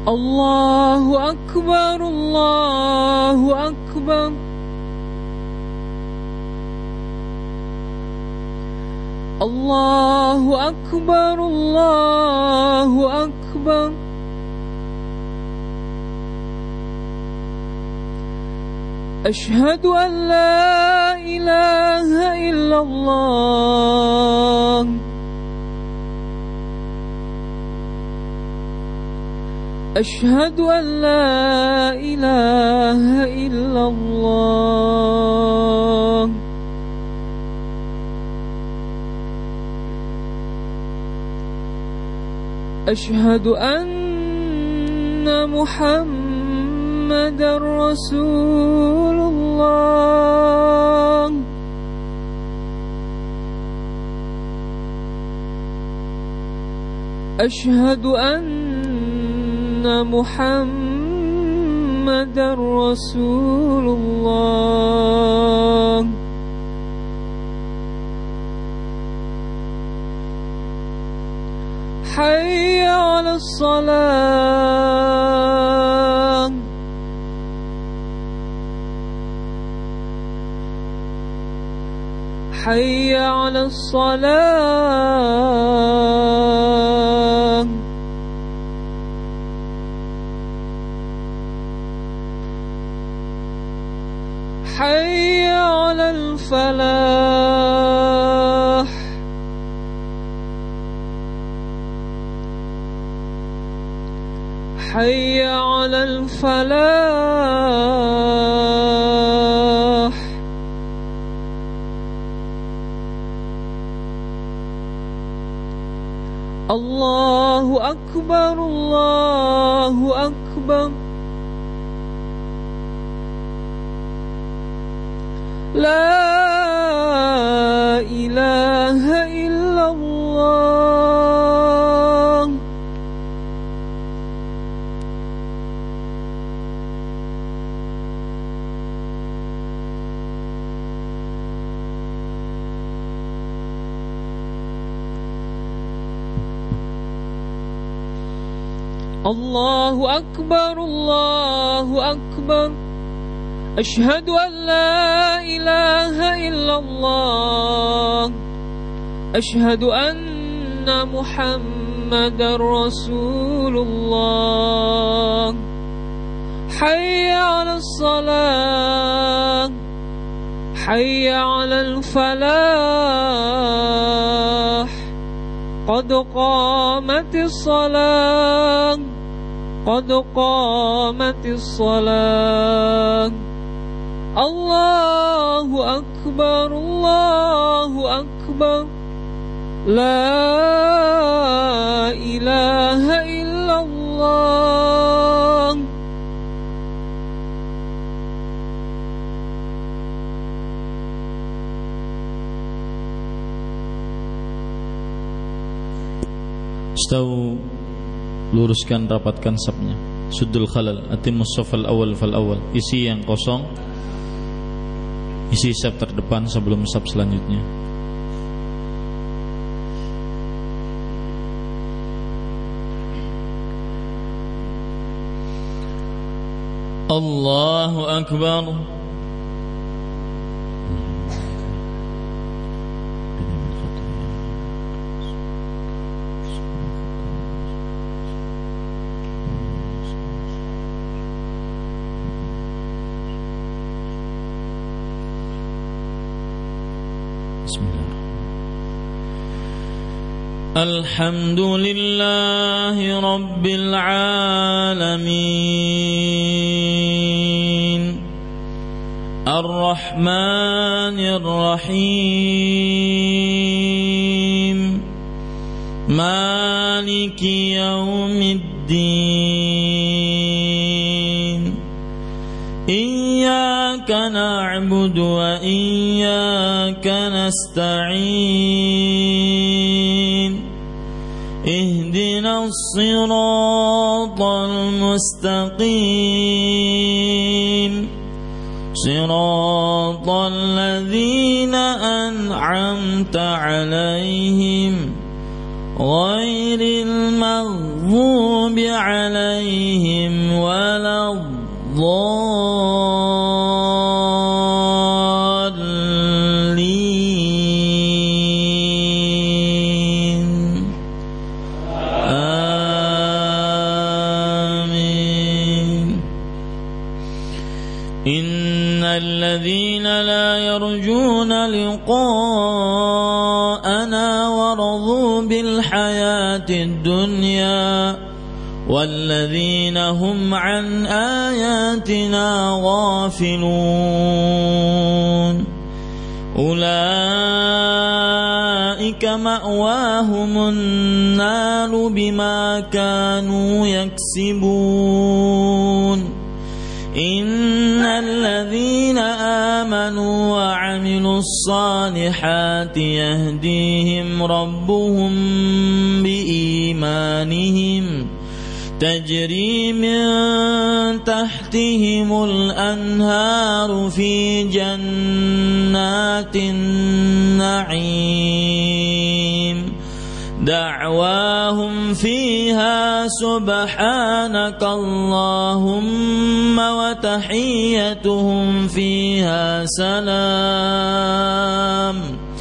Allahu Akbar, Allahu Akbar. Allahu Akbar, Allahu Akbar. Ashhadu an la ilaha illallah. Ashhadu an la ilaha illallah. Ashhadu anna Muhammadar Rasulullah. Ashhadu anna Muhammadar Rasulullah. Hayya 'alas salah. Hayya 'alas salah. Hayya 'alal falah. Hayya 'alal falah. Allahu Akbar, Allahu Akbar. La ilaha illallah. Allahu Akbar, Allahu Akbar. Ashhadu an la ilaha illallah. Ashhadu anna Muhammadar Rasulullah. Hayya 'alas salah. Hayya 'alal falah. Qad qamatis salah. Qad qamatis salah. Allahu Akbar, Allahu Akbar. La ilaha illallah. Istawu, luruskan, rapatkan safnya. Suddul khalal, atimmus shafal awal fal awal. Isi yang kosong, isi saf terdepan sebelum saf selanjutnya. Allahu Akbar. Alhamdulillahi Rabbil Alamin. Ar-Rahmanir Rahim. Maliki Yawmiddin. Iyyaka na'budu wa iyyaka nasta'in. Ihdinas siratal mustaqim. Siratal ladzina an'amta 'alaihim ghairil maghdubi المغضوب عليهم ولا الضالين آمين. إن الذين لا يرجون لقاءنا ورضوا بالحياة الدنيا والذين هم عن آياتنا غافلون أولئك مأواهم النار بما كانوا يكسبون. إن الذين آمنوا وعملوا الصالحات يهديهم ربهم بإيمانهم تجري من تحتهم الأنهار في جنات النعيم دعواهم فيها سبحانك اللهم وتحيتهم فيها سلام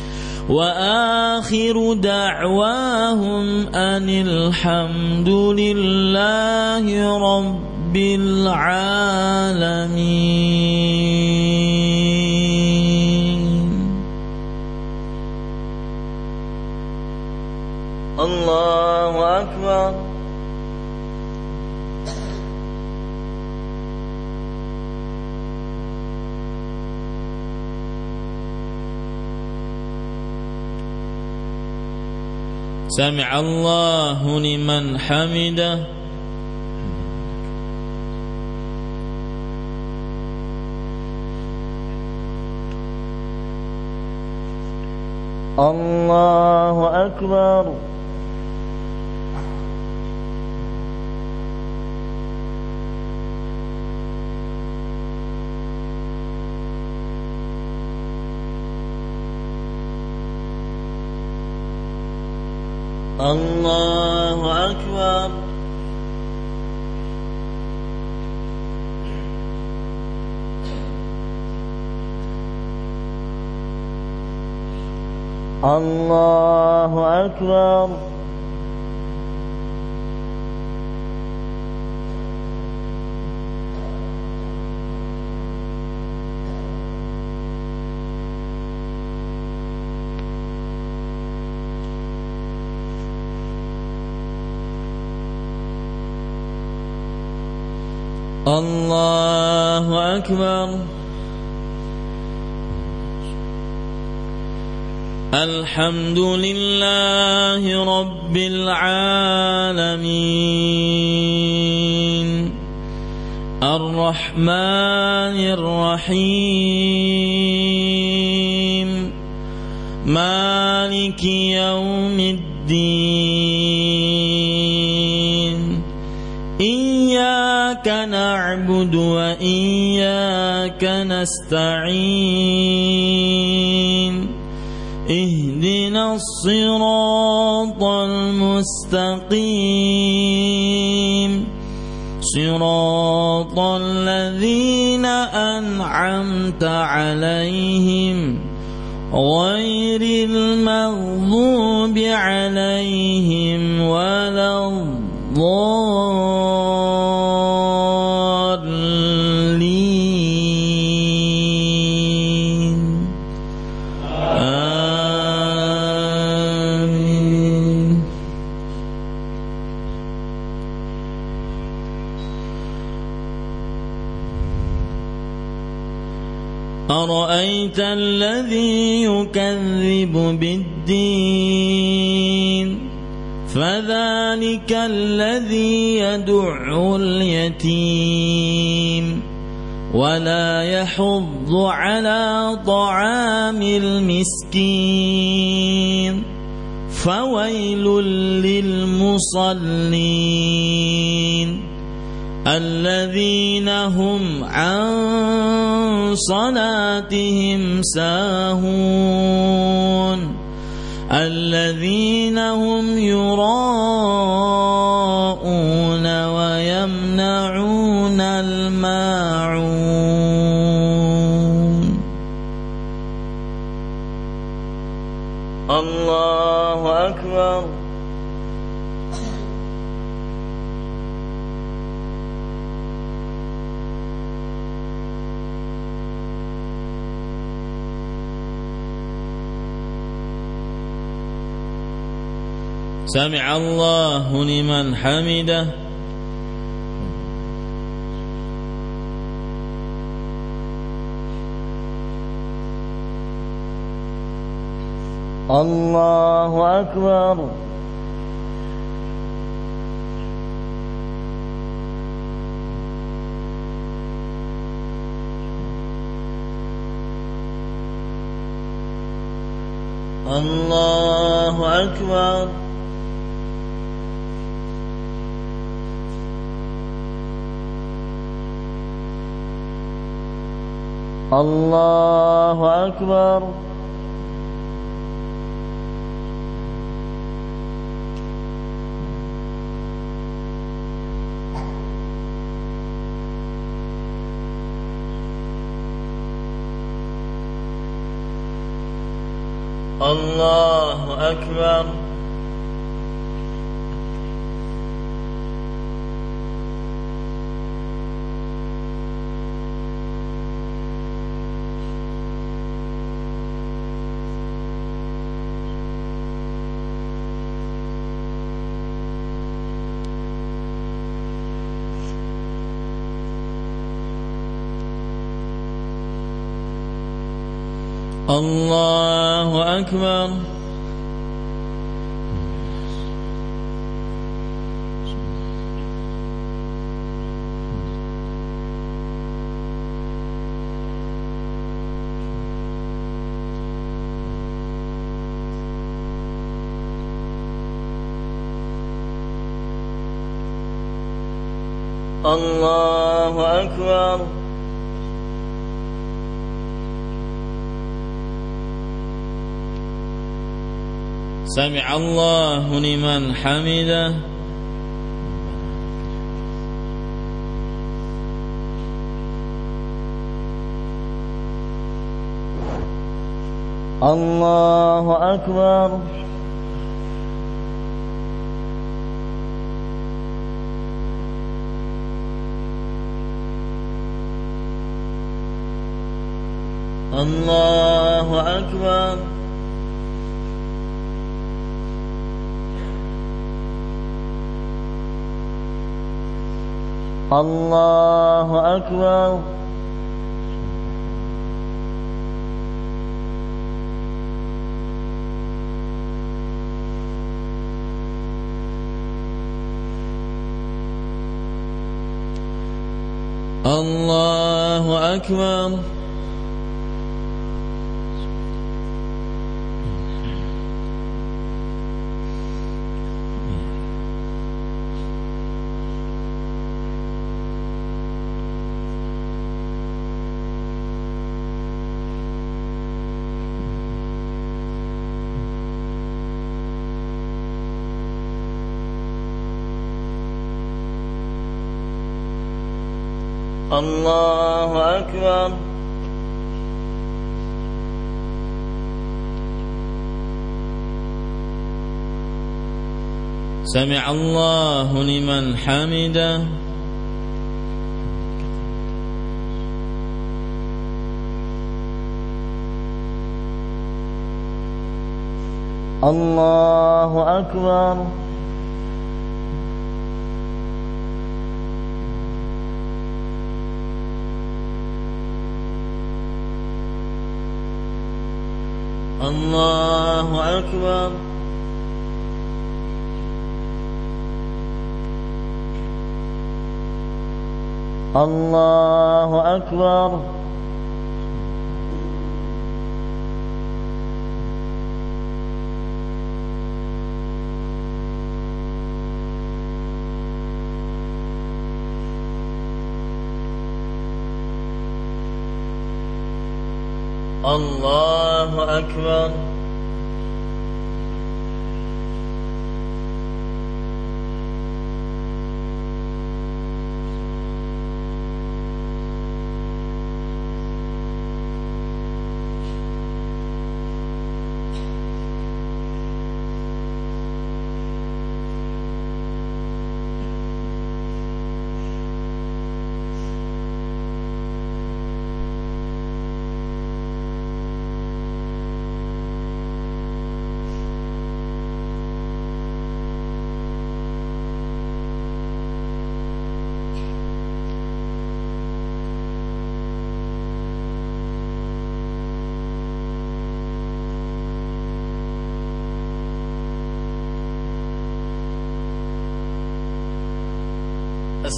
وآخر دعواهم أن الحمد لله رب العالمين. الله أكبر. سمع الله لمن حمده. الله أكبر. الله أكبر. الله أكبر. الله أكبر. الحمد لله رب العالمين الرحمن الرحيم مالك يوم الدين إياك نعبد وإياك نستعين اهدنا الصراط المستقيم صراط الذين أنعمت عليهم غير المغضوب عليهم ولا الضالين آمين. أرأيت الذي يكذب بالدين فذلك الذي يدع اليتيم ولا يحض على طعام المسكين فويل للمصلين الذين هم عن صلاتهم ساهون الذين هم يراءون Allahu Akbar. Sami'a Allahu liman hamidah. Allahu Akbar. Allahu Akbar. Allahu Akbar. Allahu Akbar. Allahu Akbar. Allahu Akbar. Sami'a Allahu liman hamidah. Allahu Akbar. Allahu Akbar. Allahu Akbar. Allahu Akbar. Allahu Akbar. Sami'a Allahu liman hamidah. Allahu Akbar. Allahu Akbar. Allahu Akbar. Allahu Akbar.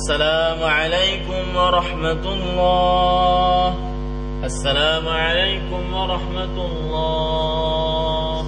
السلام عليكم ورحمة الله. السلام عليكم ورحمة الله.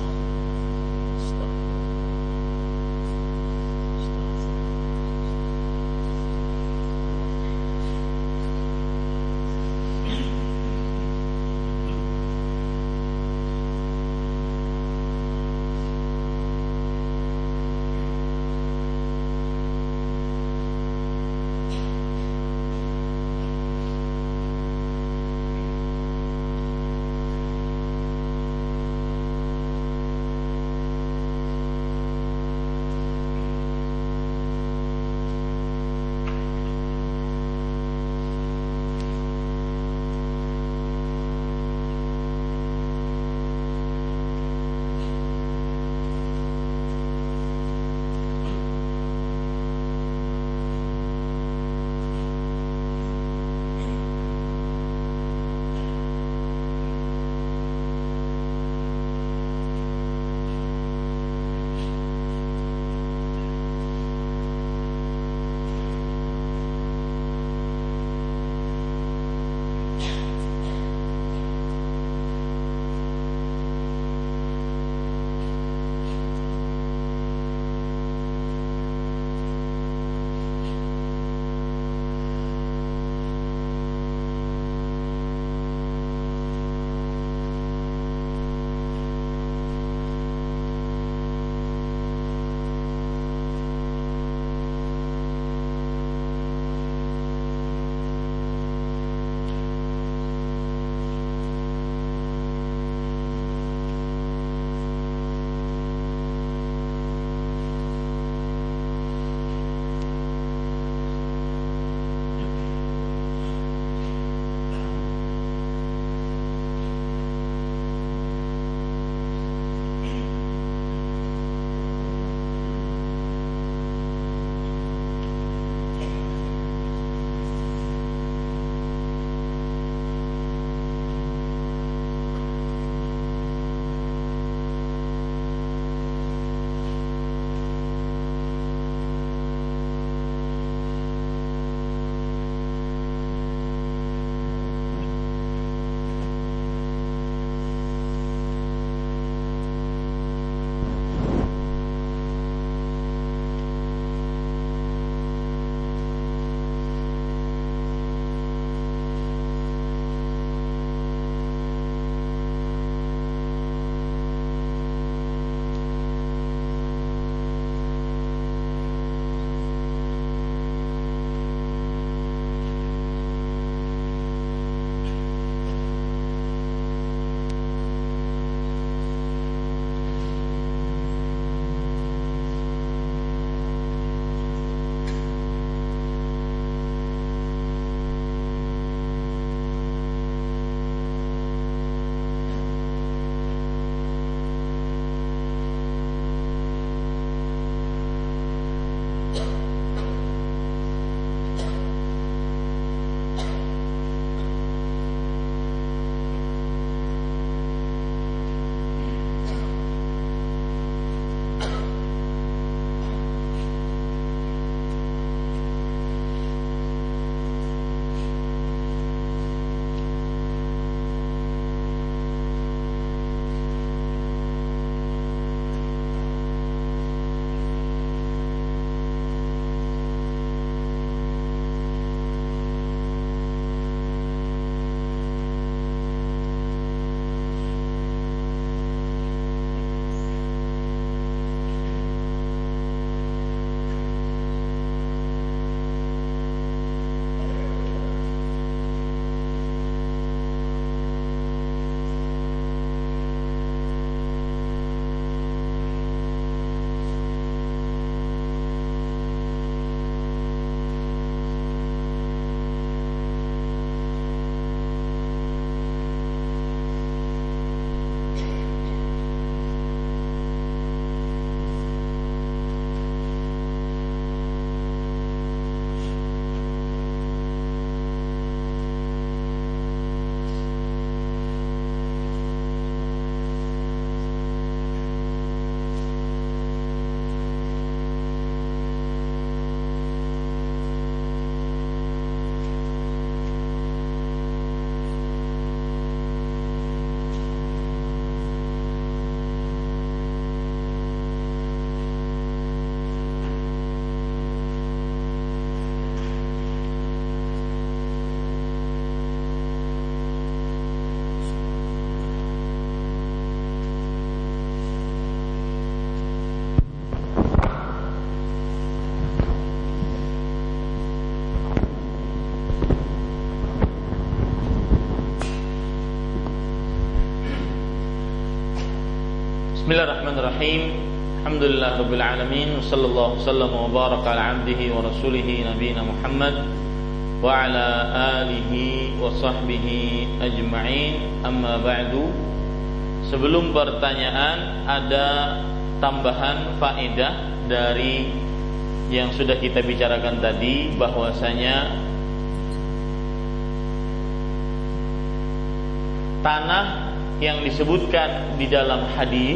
Bismillahirrahmanirrahim. Alhamdulillah rabbil alamin, sallallahu wasallam wa baraka ala abdihi wa rasulihi nabiyina Muhammad wa ala alihi wa sahbihi ajma'in. Amma ba'du. Sebelum pertanyaan, ada tambahan faedah dari yang sudah kita bicarakan tadi, bahwasanya tanah yang disebutkan di dalam hadis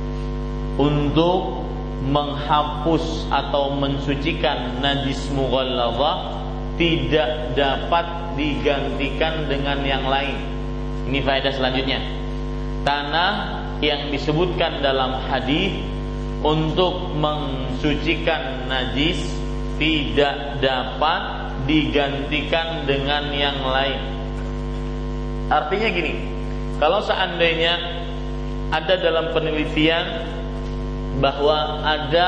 untuk menghapus atau mensucikan najis mughallazah tidak dapat digantikan dengan yang lain. Ini faedah selanjutnya. Tanah yang disebutkan dalam hadis untuk mensucikan najis tidak dapat digantikan dengan yang lain. Artinya gini, kalau seandainya ada dalam penelitian bahwa ada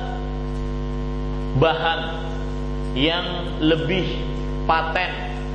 bahan yang lebih paten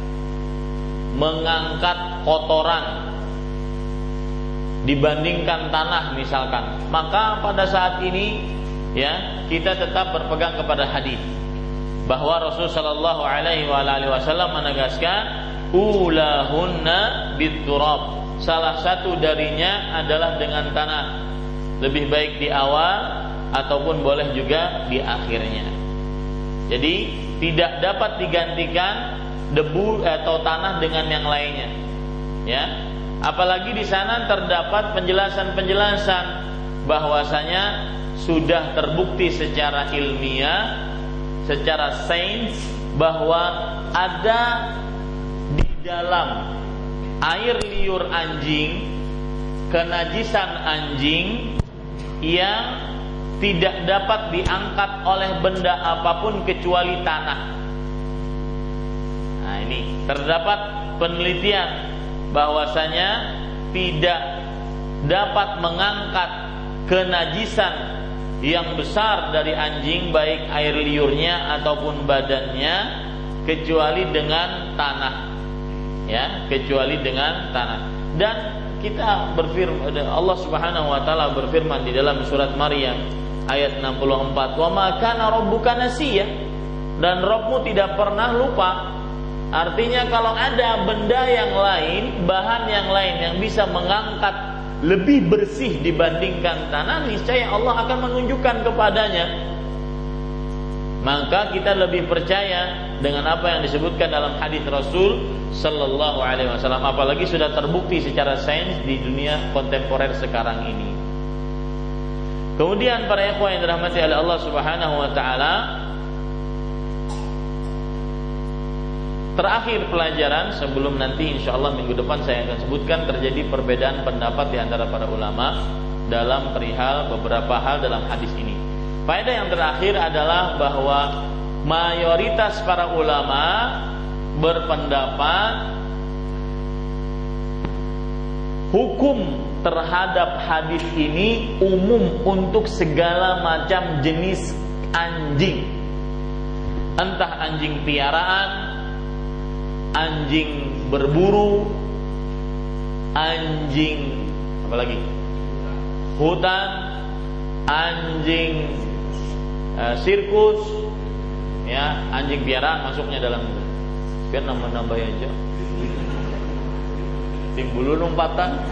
mengangkat kotoran dibandingkan tanah misalkan, maka pada saat ini ya kita tetap berpegang kepada hadis bahwa Rasul sallallahu alaihi wasallam menegaskan ulahunna biturab, salah satu darinya adalah dengan tanah, lebih baik di awal ataupun boleh juga di akhirnya. Jadi tidak dapat digantikan debu atau tanah dengan yang lainnya, ya. Apalagi di sana terdapat penjelasan-penjelasan bahwasanya sudah terbukti secara ilmiah, secara sains, bahwa ada di dalam air liur anjing kenajisan anjing yang tidak dapat diangkat oleh benda apapun kecuali tanah. Nah, ini terdapat penelitian bahwasanya tidak dapat mengangkat kenajisan yang besar dari anjing, baik air liurnya ataupun badannya, kecuali dengan tanah, ya, kecuali dengan tanah. Dan kita berfirman, Allah Subhanahu wa taala berfirman di dalam surat Maryam ayat enam puluh empat, "Wa ma kana rabbuka nasiya," dan Rabbmu tidak pernah lupa. Artinya kalau ada benda yang lain, bahan yang lain yang bisa mengangkat lebih bersih dibandingkan tanah, niscaya Allah akan menunjukkan kepadanya. Maka kita lebih percaya dengan apa yang disebutkan dalam hadis Rasul sallallahu alaihi wasallam, apalagi sudah terbukti secara sains di dunia kontemporer sekarang ini. Kemudian para ikhwan yang dirahmati oleh Allah Subhanahu wa taala, terakhir pelajaran sebelum nanti insyaallah minggu depan saya akan sebutkan terjadi perbedaan pendapat di antara para ulama dalam perihal beberapa hal dalam hadis ini. Faedah yang terakhir adalah bahwa mayoritas para ulama berpendapat hukum terhadap hadis ini umum untuk segala macam jenis anjing, entah anjing piaraan, anjing berburu, anjing apa lagi? Hutan, anjing uh, sirkus, ya, anjing piaraan masuknya dalam itu. Biar nambah-nambah aja. Timbul lompatan.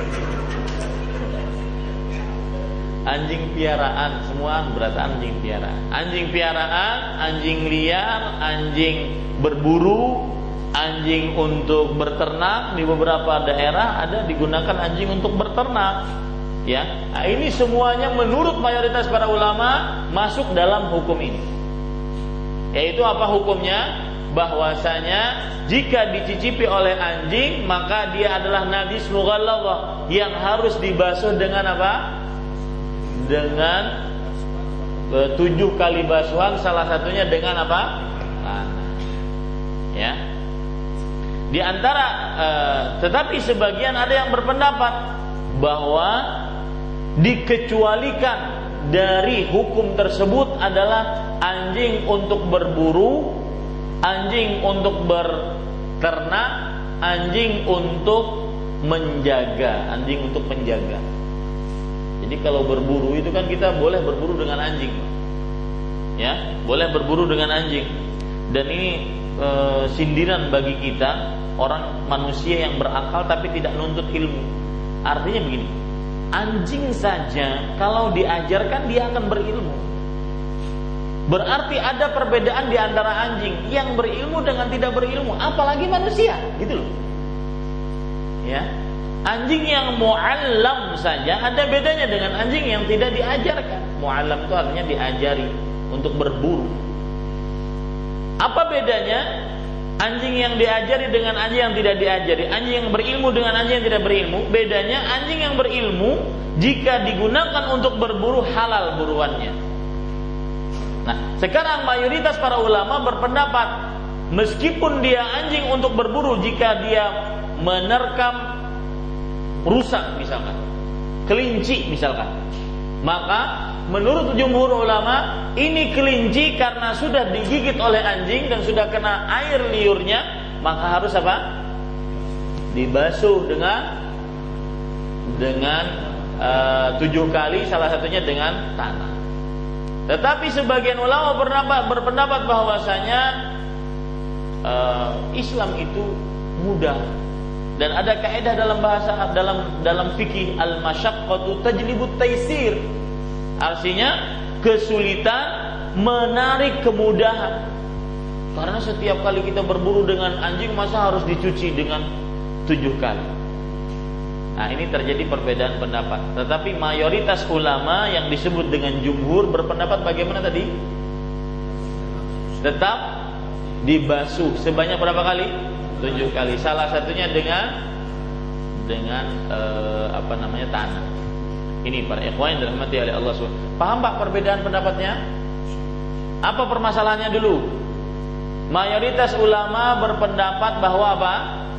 Anjing piaraan, semua berat anjing piaraan. Anjing piaraan, anjing liar, anjing berburu, anjing untuk berternak. Di beberapa daerah ada digunakan anjing untuk berternak, ya. Nah, ini semuanya menurut mayoritas para ulama masuk dalam hukum ini. Yaitu apa hukumnya? Bahwasanya jika dicicipi oleh anjing, maka dia adalah najis mughallazah yang harus dibasuh dengan apa? Dengan e, tujuh kali basuhan, salah satunya dengan apa? Tanah. Ya. Di antara e, tetapi sebagian ada yang berpendapat bahwa dikecualikan dari hukum tersebut adalah anjing untuk berburu, anjing untuk berternak, anjing untuk menjaga, anjing untuk menjaga. Jadi kalau berburu itu kan kita boleh berburu dengan anjing, ya, boleh berburu dengan anjing. Dan ini e, sindiran bagi kita orang manusia yang berakal tapi tidak nuntut ilmu. Artinya begini, anjing saja kalau diajarkan dia akan berilmu. Berarti ada perbedaan di antara anjing yang berilmu dengan tidak berilmu, apalagi manusia, gitu loh. Ya. Anjing yang mu'allam saja ada bedanya dengan anjing yang tidak diajarkan. Mu'allam itu artinya diajari untuk berburu. Apa bedanya anjing yang diajari dengan anjing yang tidak diajari? Anjing yang berilmu dengan anjing yang tidak berilmu. Bedanya anjing yang berilmu jika digunakan untuk berburu halal buruannya. Nah, sekarang mayoritas para ulama berpendapat meskipun dia anjing untuk berburu, jika dia menerkam rusa misalkan, kelinci misalkan, maka menurut jumhur ulama ini kelinci karena sudah digigit oleh anjing dan sudah kena air liurnya, maka harus apa? Dibasuh dengan dengan uh, tujuh kali, salah satunya dengan tanah. Tetapi sebagian ulama berpendapat, berpendapat bahwasanya uh, Islam itu mudah. Dan ada kaidah dalam bahasa dalam dalam fikih al-masyaqqatu tajlibut taisir. Artinya kesulitan menarik kemudahan. Karena setiap kali kita berburu dengan anjing masa harus dicuci dengan tujuh kali. Nah, ini terjadi perbedaan pendapat. Tetapi mayoritas ulama yang disebut dengan jumhur berpendapat bagaimana tadi? Tetap dibasuh sebanyak berapa kali? Tujuh kali. Salah satunya dengan dengan eh, apa namanya tanah. Ini para ikhwan yang dirahmati oleh Allah subhanahu wa taala. Paham Pak perbedaan pendapatnya? Apa permasalahannya dulu? Mayoritas ulama berpendapat bahwa apa?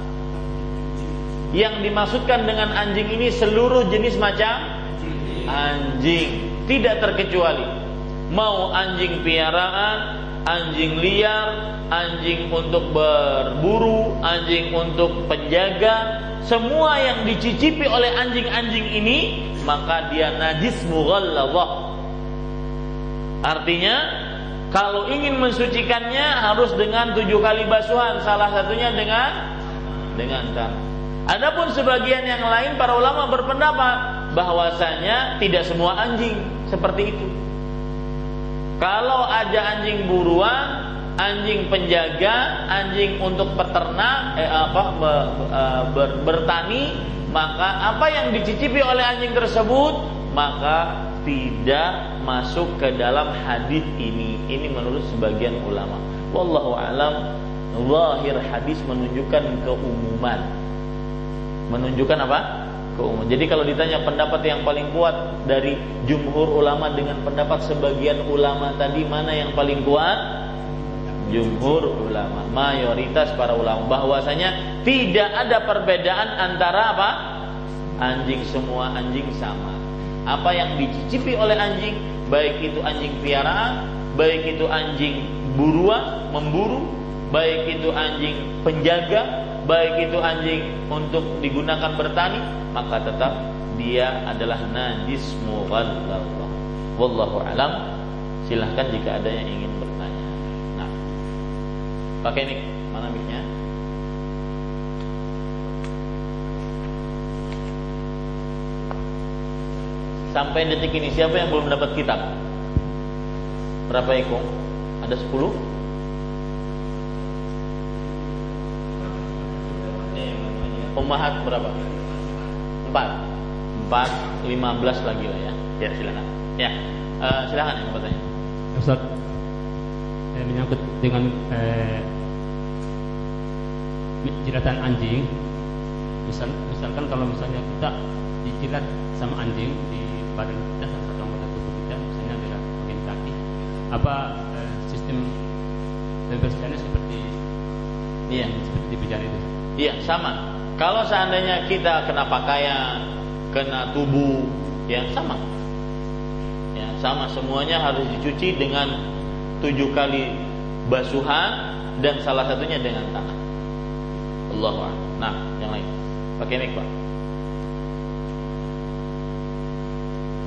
Yang dimaksudkan dengan anjing ini seluruh jenis macam anjing, tidak terkecuali. Mau anjing piaraan, anjing liar, anjing untuk berburu, anjing untuk penjaga, semua yang dicicipi oleh anjing-anjing ini maka dia najis mughalladhah. Artinya kalau ingin mensucikannya harus dengan tujuh kali basuhan, salah satunya dengan dengan tanah. Adapun sebagian yang lain para ulama berpendapat bahwasanya tidak semua anjing seperti itu. Kalau ada anjing buruan, anjing penjaga, anjing untuk peternak, eh, apa be, ber, bertani, maka apa yang dicicipi oleh anjing tersebut maka tidak masuk ke dalam hadis ini. Ini menurut sebagian ulama. Wallahu alam. Zahir hadis menunjukkan keumuman. Menunjukkan apa? Keumuman. Jadi kalau ditanya pendapat yang paling kuat dari jumhur ulama dengan pendapat sebagian ulama tadi, mana yang paling kuat? Jumhur ulama, mayoritas para ulama bahwasanya tidak ada perbedaan antara apa? Anjing, semua anjing sama. Apa yang dicicipi oleh anjing, baik itu anjing piaraan, baik itu anjing buruan, memburu, baik itu anjing penjaga, baik itu anjing untuk digunakan bertani, maka tetap dia adalah najis mughalladhah. Wallahu alam. Silahkan jika ada yang ingin bertanya. Nah, pakai mic, mana micnya? Sampai detik ini siapa yang belum dapat kitab? Berapa ekor? Ada sepuluh? Ummahat berapa? Empat, empat, lima belas lagi lah ya. Ya silakan. Ya, uh, silakan yang bertanya. Ustaz, eh, menyangkut dengan eh, jilatan anjing. Misal, misalkan kalau misalnya kita dijilat sama anjing di badan kita, salah satu anggota tubuh kita, misalnya adalah bagian kaki, apa eh, sistem pembersihannya seperti iya seperti di bicara itu? Iya, sama. Kalau seandainya kita kena pakaian, kena tubuh, ya sama. Ya, sama, semuanya harus dicuci dengan tujuh kali basuhan dan salah satunya dengan tangan. Allahu a'lam. Nah, yang lain. Pakai mic, Pak.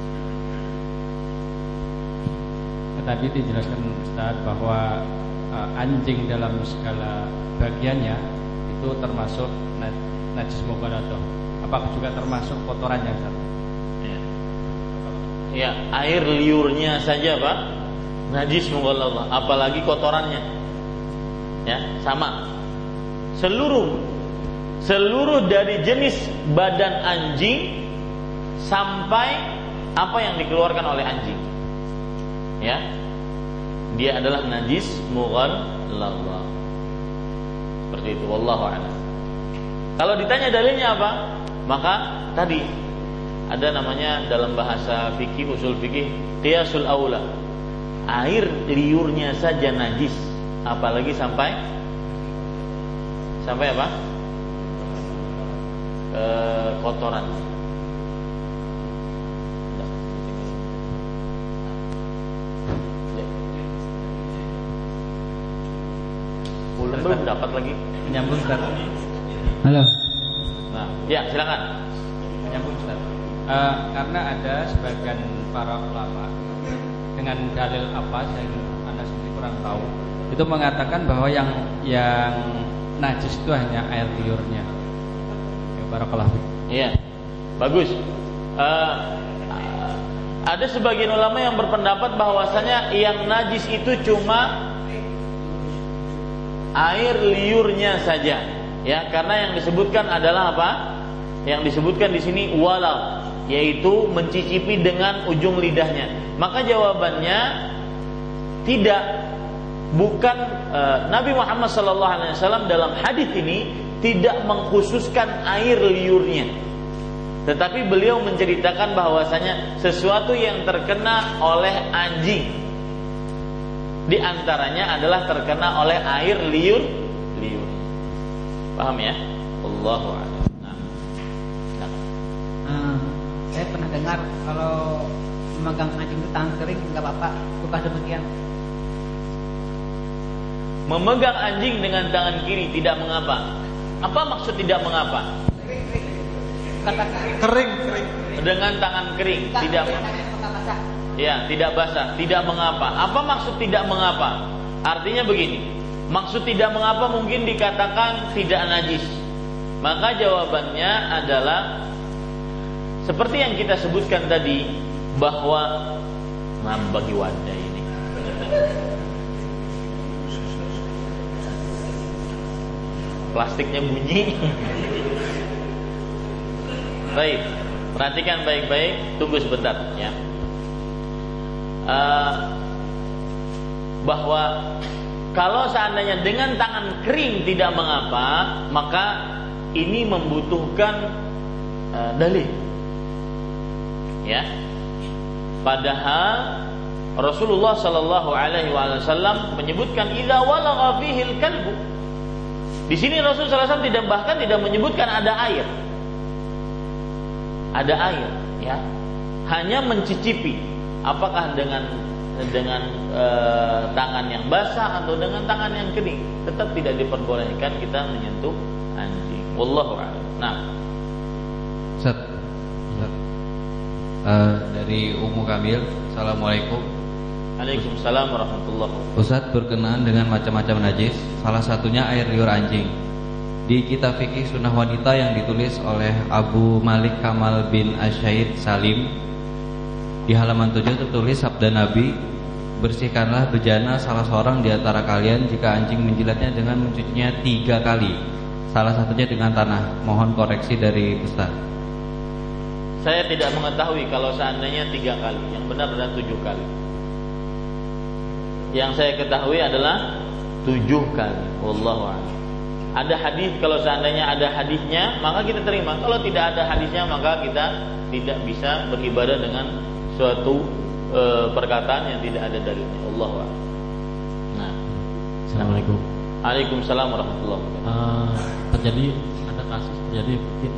tadi dijelaskan Ustaz bahwa uh, anjing dalam segala bagiannya itu termasuk najis mughalladah. Apakah juga termasuk kotorannya Ustaz? Ya. Ya, air liurnya saja Pak najis mughalladah, apalagi kotorannya. Ya, sama. Seluruh seluruh dari jenis badan anjing sampai apa yang dikeluarkan oleh anjing, ya, dia adalah najis mughalladah. Seperti itu, wallahu a'lam. Kalau ditanya dalilnya apa, maka tadi ada namanya dalam bahasa fikih, usul fikih, qiyasul aula. Air liurnya saja najis, apalagi sampai sampai apa? E, kotoran. Belum dapat lagi. Nyambung Ustaz. Halo. Nah, ya silakan. Nyambung Ustaz. Uh, karena ada sebagian para ulama dengan dalil apa saya Anda sendiri kurang tahu, itu mengatakan bahwa yang yang najis itu hanya air liurnya. Ya, barakallahu fiik. Iya. Bagus. Uh, ada sebagian ulama yang berpendapat bahwasanya yang najis itu cuma air liurnya saja, ya, karena yang disebutkan adalah apa? Yang disebutkan di sini walau, yaitu mencicipi dengan ujung lidahnya. Maka jawabannya tidak, bukan e, Nabi Muhammad sallallahu alaihi wasallam dalam hadis ini tidak mengkhususkan air liurnya, tetapi beliau menceritakan bahwasanya sesuatu yang terkena oleh anjing di antaranya adalah terkena oleh air liur liur. Paham ya? Allahu a'lam. Nah. Nah. Hmm, saya pernah dengar kalau memegang anjing itu tangan kering enggak apa-apa, bukan demikian. Memegang anjing dengan tangan kiri tidak mengapa. Apa maksud tidak mengapa? Kering, kering. Dengan tangan kering tidak mengapa. Ya, tidak basah, tidak mengapa. Apa maksud tidak mengapa? Artinya begini, maksud tidak mengapa mungkin dikatakan tidak najis. Maka jawabannya adalah seperti yang kita sebutkan tadi, bahwa bagi wadah ini plastiknya bunyi. Baik, perhatikan baik-baik, tunggu sebentar ya. Uh, bahwa kalau seandainya dengan tangan kering tidak mengapa, maka ini membutuhkan uh, dalil, ya. Padahal Rasulullah Shallallahu Alaihi Wasallam menyebutkan idza walagha fihil kalbu. Di sini Rasulullah Sallallahu Alaihi Wasallam tidak, bahkan tidak menyebutkan ada air, ada air, ya. Hanya mencicipi. Apakah dengan dengan e, tangan yang basah atau dengan tangan yang kering, tetap tidak diperbolehkan kita menyentuh anjing. Wallahu a'lam. Nah, Ustaz, Ustaz. Uh, dari Ummu Kamil. Assalamualaikum. Waalaikumsalam warahmatullahi wabarakatuh. Ustaz, berkenaan dengan macam-macam najis, salah satunya air liur anjing. Di kitab fikih sunnah wanita yang ditulis oleh Abu Malik Kamal bin Asyaid Salim, di halaman tujuh tertulis sabda Nabi, bersihkanlah bejana salah seorang di antara kalian jika anjing menjilatnya dengan mencucinya tiga kali, salah satunya dengan tanah. Mohon koreksi dari Ustaz. Saya tidak mengetahui kalau seandainya tiga kali, yang benar adalah tujuh kali. Yang saya ketahui adalah tujuh kali. Wallahu a'lam. Ada hadis, kalau seandainya ada hadisnya maka kita terima. Kalau tidak ada hadisnya maka kita tidak bisa beribadah dengan suatu e, perkataan yang tidak ada dalilnya. Allahu a'lam. Nah, Assalamualaikum. Waalaikumsalam warahmatullahi wabarakatuh. Uh, terjadi ada kasus terjadi mungkin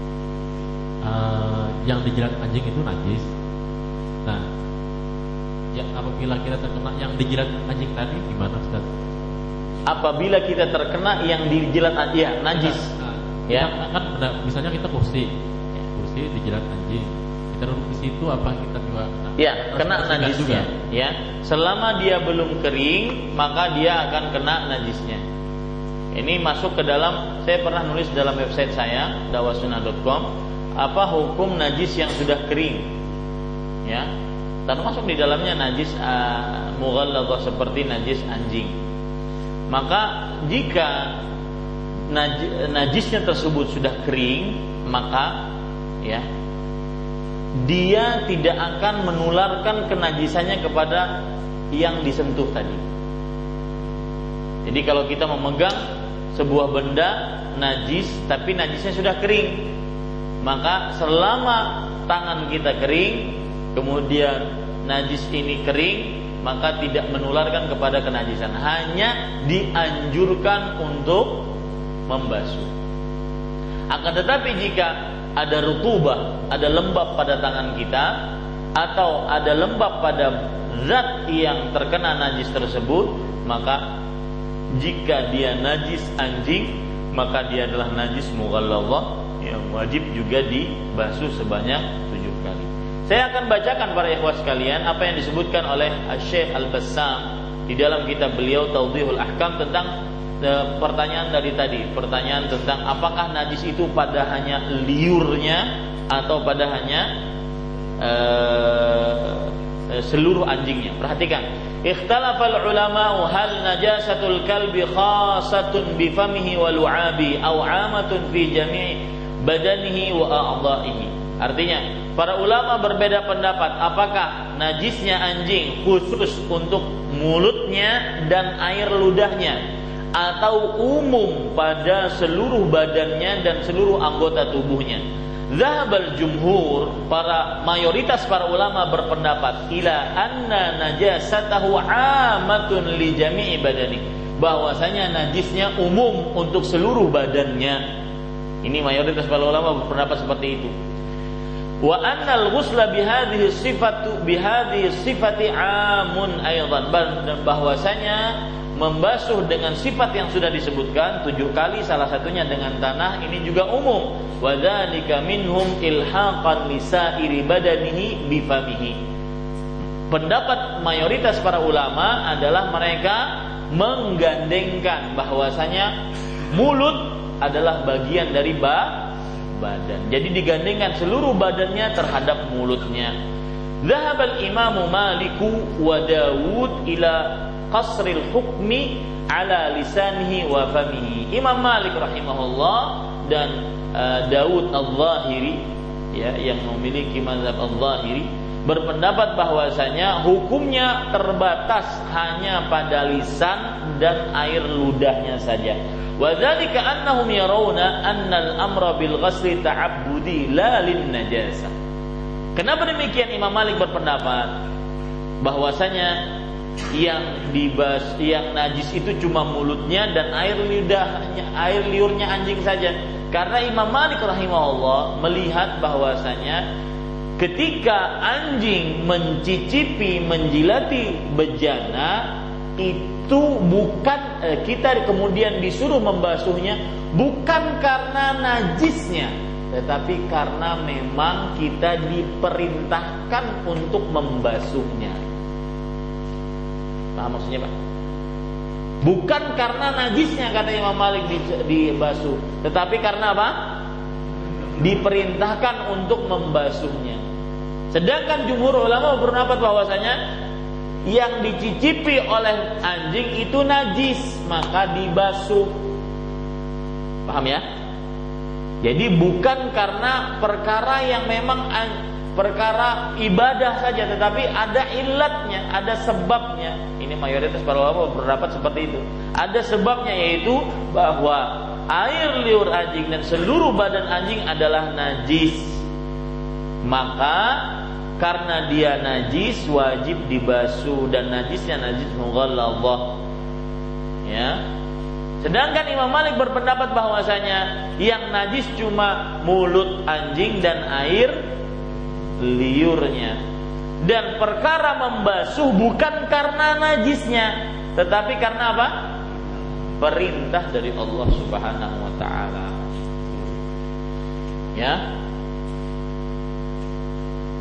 uh, yang dijilat anjing itu najis. Nah, ya apabila kita terkena yang dijilat anjing tadi gimana Ustaz? Apabila kita terkena yang dijilat anjing, ya, najis. Nah, ya. Kan, kan misalnya kita kursi, kursi dijilat anjing. kita duduk di situ apa kita juga ya kena najisnya juga. Ya, selama dia belum kering maka dia akan kena najisnya. Ini masuk ke dalam, saya pernah nulis dalam website saya dawahsunnah dot com, apa hukum najis yang sudah kering. Ya, termasuk di dalamnya najis uh, mughalladhah seperti najis anjing. Maka jika naj, najisnya tersebut sudah kering, maka ya dia tidak akan menularkan kenajisannya kepada yang disentuh tadi. Jadi kalau kita memegang sebuah benda najis tapi najisnya sudah kering, maka selama tangan kita kering kemudian najis ini kering, maka tidak menularkan kepada kenajisan, hanya dianjurkan untuk membasuh. Akan tetapi jika ada rutubah, ada lembab pada tangan kita, atau ada lembab pada zat yang terkena najis tersebut, maka jika dia najis anjing, maka dia adalah najis mughalladhah yang wajib juga dibasuh sebanyak tujuh kali. Saya akan bacakan para ikhwah sekalian apa yang disebutkan oleh Syekh Al-Bassam di dalam kitab beliau Tawdihul Ahkam tentang pertanyaan dari tadi, pertanyaan tentang apakah najis itu pada hanya liurnya atau pada hanya uh, seluruh anjingnya. Perhatikan, ikhtalafal ulama'u hal najasatul kalbi khasatun bi famihi wa lu'abi aw 'amatun fi jami'i badanihi wa a'dha'ihi. Artinya, para ulama berbeda pendapat apakah najisnya anjing khusus untuk mulutnya dan air ludahnya, atau umum pada seluruh badannya dan seluruh anggota tubuhnya. Zahabal jumhur, para mayoritas para ulama berpendapat ila anna najasatahu amatun li jami'i badani, bahwasanya najisnya umum untuk seluruh badannya. Ini mayoritas para ulama berpendapat seperti itu. Wa annal ghusla bihadhihi sifatu bihadhihi sifati amun aidan, dan bahwasanya membasuh dengan sifat yang sudah disebutkan tujuh kali, salah satunya dengan tanah, ini juga umum. Wa dzalika minhum ilhaqan lisairi badanihi bifamihi. Pendapat mayoritas para ulama adalah mereka menggandengkan bahwasanya mulut adalah bagian dari ba, badan. Jadi digandengkan seluruh badannya terhadap mulutnya. Dhahabal Imamu Maliku wa Dawud ila qasril hukmi ala lisanihi wa famihi. Imam Malik rahimahullah dan uh, Daud al-Zahiri, ya, yang memiliki mazhab al-Zahiri, berpendapat bahwasanya hukumnya terbatas hanya pada lisan dan air ludahnya saja. Wa dzalika annahum yarawna anna al-amra bil ghasli ta'abbudi la lin najasah. Kenapa demikian? Imam Malik berpendapat bahwasanya yang dibas, yang najis itu cuma mulutnya dan air lidahnya, air liurnya anjing saja. Karena Imam Malik rahimahullah melihat bahwasanya ketika anjing mencicipi, menjilati bejana, itu bukan eh, kita kemudian disuruh membasuhnya bukan karena najisnya, tetapi karena memang kita diperintahkan untuk membasuhnya. Paham maksudnya, Pak? Bukan karena najisnya kata Imam Malik dibasuh, tetapi karena apa? Diperintahkan untuk membasuhnya. Sedangkan jumhur ulama berpendapat bahwasanya yang dicicipi oleh anjing itu najis, maka dibasuh. Paham ya? Jadi bukan karena perkara yang memang perkara ibadah saja, tetapi ada ilatnya, ada sebabnya. Ini mayoritas para ulama berpendapat seperti itu. Ada sebabnya, yaitu bahwa air liur anjing dan seluruh badan anjing adalah najis. Maka karena dia najis wajib dibasuh, dan najisnya najis mughalladhah. Ya. Sedangkan Imam Malik berpendapat bahwasanya yang najis cuma mulut anjing dan air liurnya, dan perkara membasuh bukan karena najisnya, tetapi karena apa? Perintah dari Allah Subhanahu wa taala. Ya.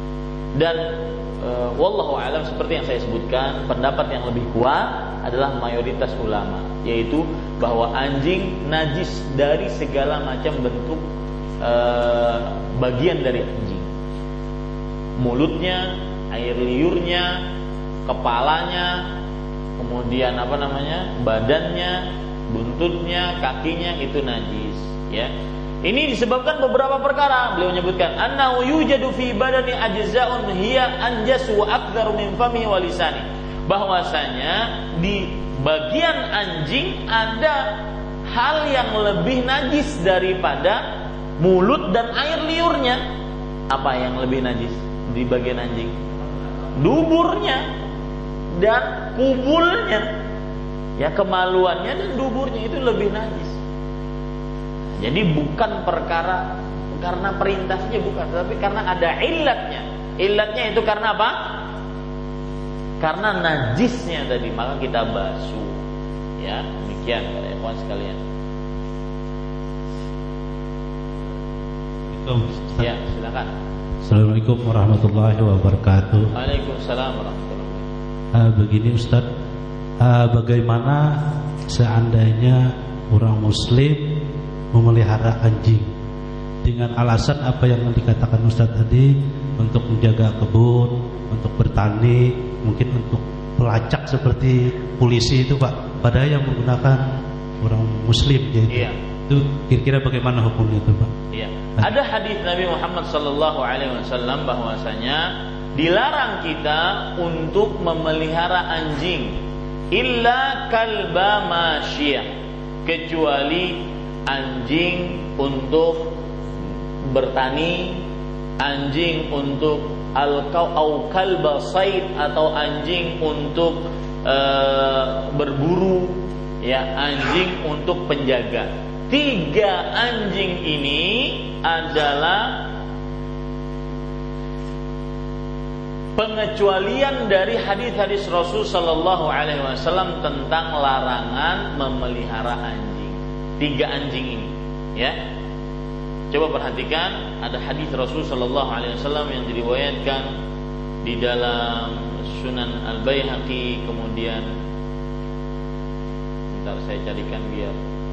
Dan e, wallahu alam, seperti yang saya sebutkan, pendapat yang lebih kuat adalah mayoritas ulama, yaitu bahwa anjing najis dari segala macam bentuk e, bagian dari anjing. Mulutnya, air liurnya, kepalanya, kemudian apa namanya, badannya, buntutnya, kakinya itu najis, ya. Ini disebabkan beberapa perkara. Beliau menyebutkan annahu yujadu fi badani ajza'un hiya anjasu wa akdharu min famihi wa lisani. Bahwasanya di bagian anjing ada hal yang lebih najis daripada mulut dan air liurnya. Apa yang lebih najis di bagian anjing? Duburnya dan kubulnya. Ya, kemaluannya dan duburnya itu lebih najis. Jadi bukan perkara karena perintah saja, bukan, tapi karena ada illatnya. Illatnya itu karena apa? Karena najisnya tadi, maka kita basuh. Ya, demikian para ikhwan sekalian. Ya, silakan. Assalamualaikum warahmatullahi wabarakatuh. Waalaikumsalam warahmatullahi wabarakatuh. Uh, begini Ustaz, uh, bagaimana seandainya orang Muslim memelihara anjing dengan alasan apa yang dikatakan Ustaz tadi, untuk menjaga kebun, untuk bertani, mungkin untuk pelacak seperti polisi itu Pak, padahal yang menggunakan orang Muslim gitu. Iya. Itu kira-kira bagaimana hukumnya itu Pak? Iya. Ada hadis Nabi Muhammad sallallahu alaihi wasallam bahwasanya dilarang kita untuk memelihara anjing illa kalba masyiyah, kecuali anjing untuk bertani, anjing untuk al-qaw au kalba said, atau anjing untuk e, berburu, ya, anjing untuk penjaga. Tiga anjing ini adalah pengecualian dari hadis-hadis Rasul sallallahu alaihi wasallam tentang larangan memelihara anjing. Tiga anjing ini, ya. Coba perhatikan, ada hadis Rasul sallallahu alaihi wasallam yang diriwayatkan di dalam Sunan Al-Baihaqi, kemudian bentar saya carikan biar.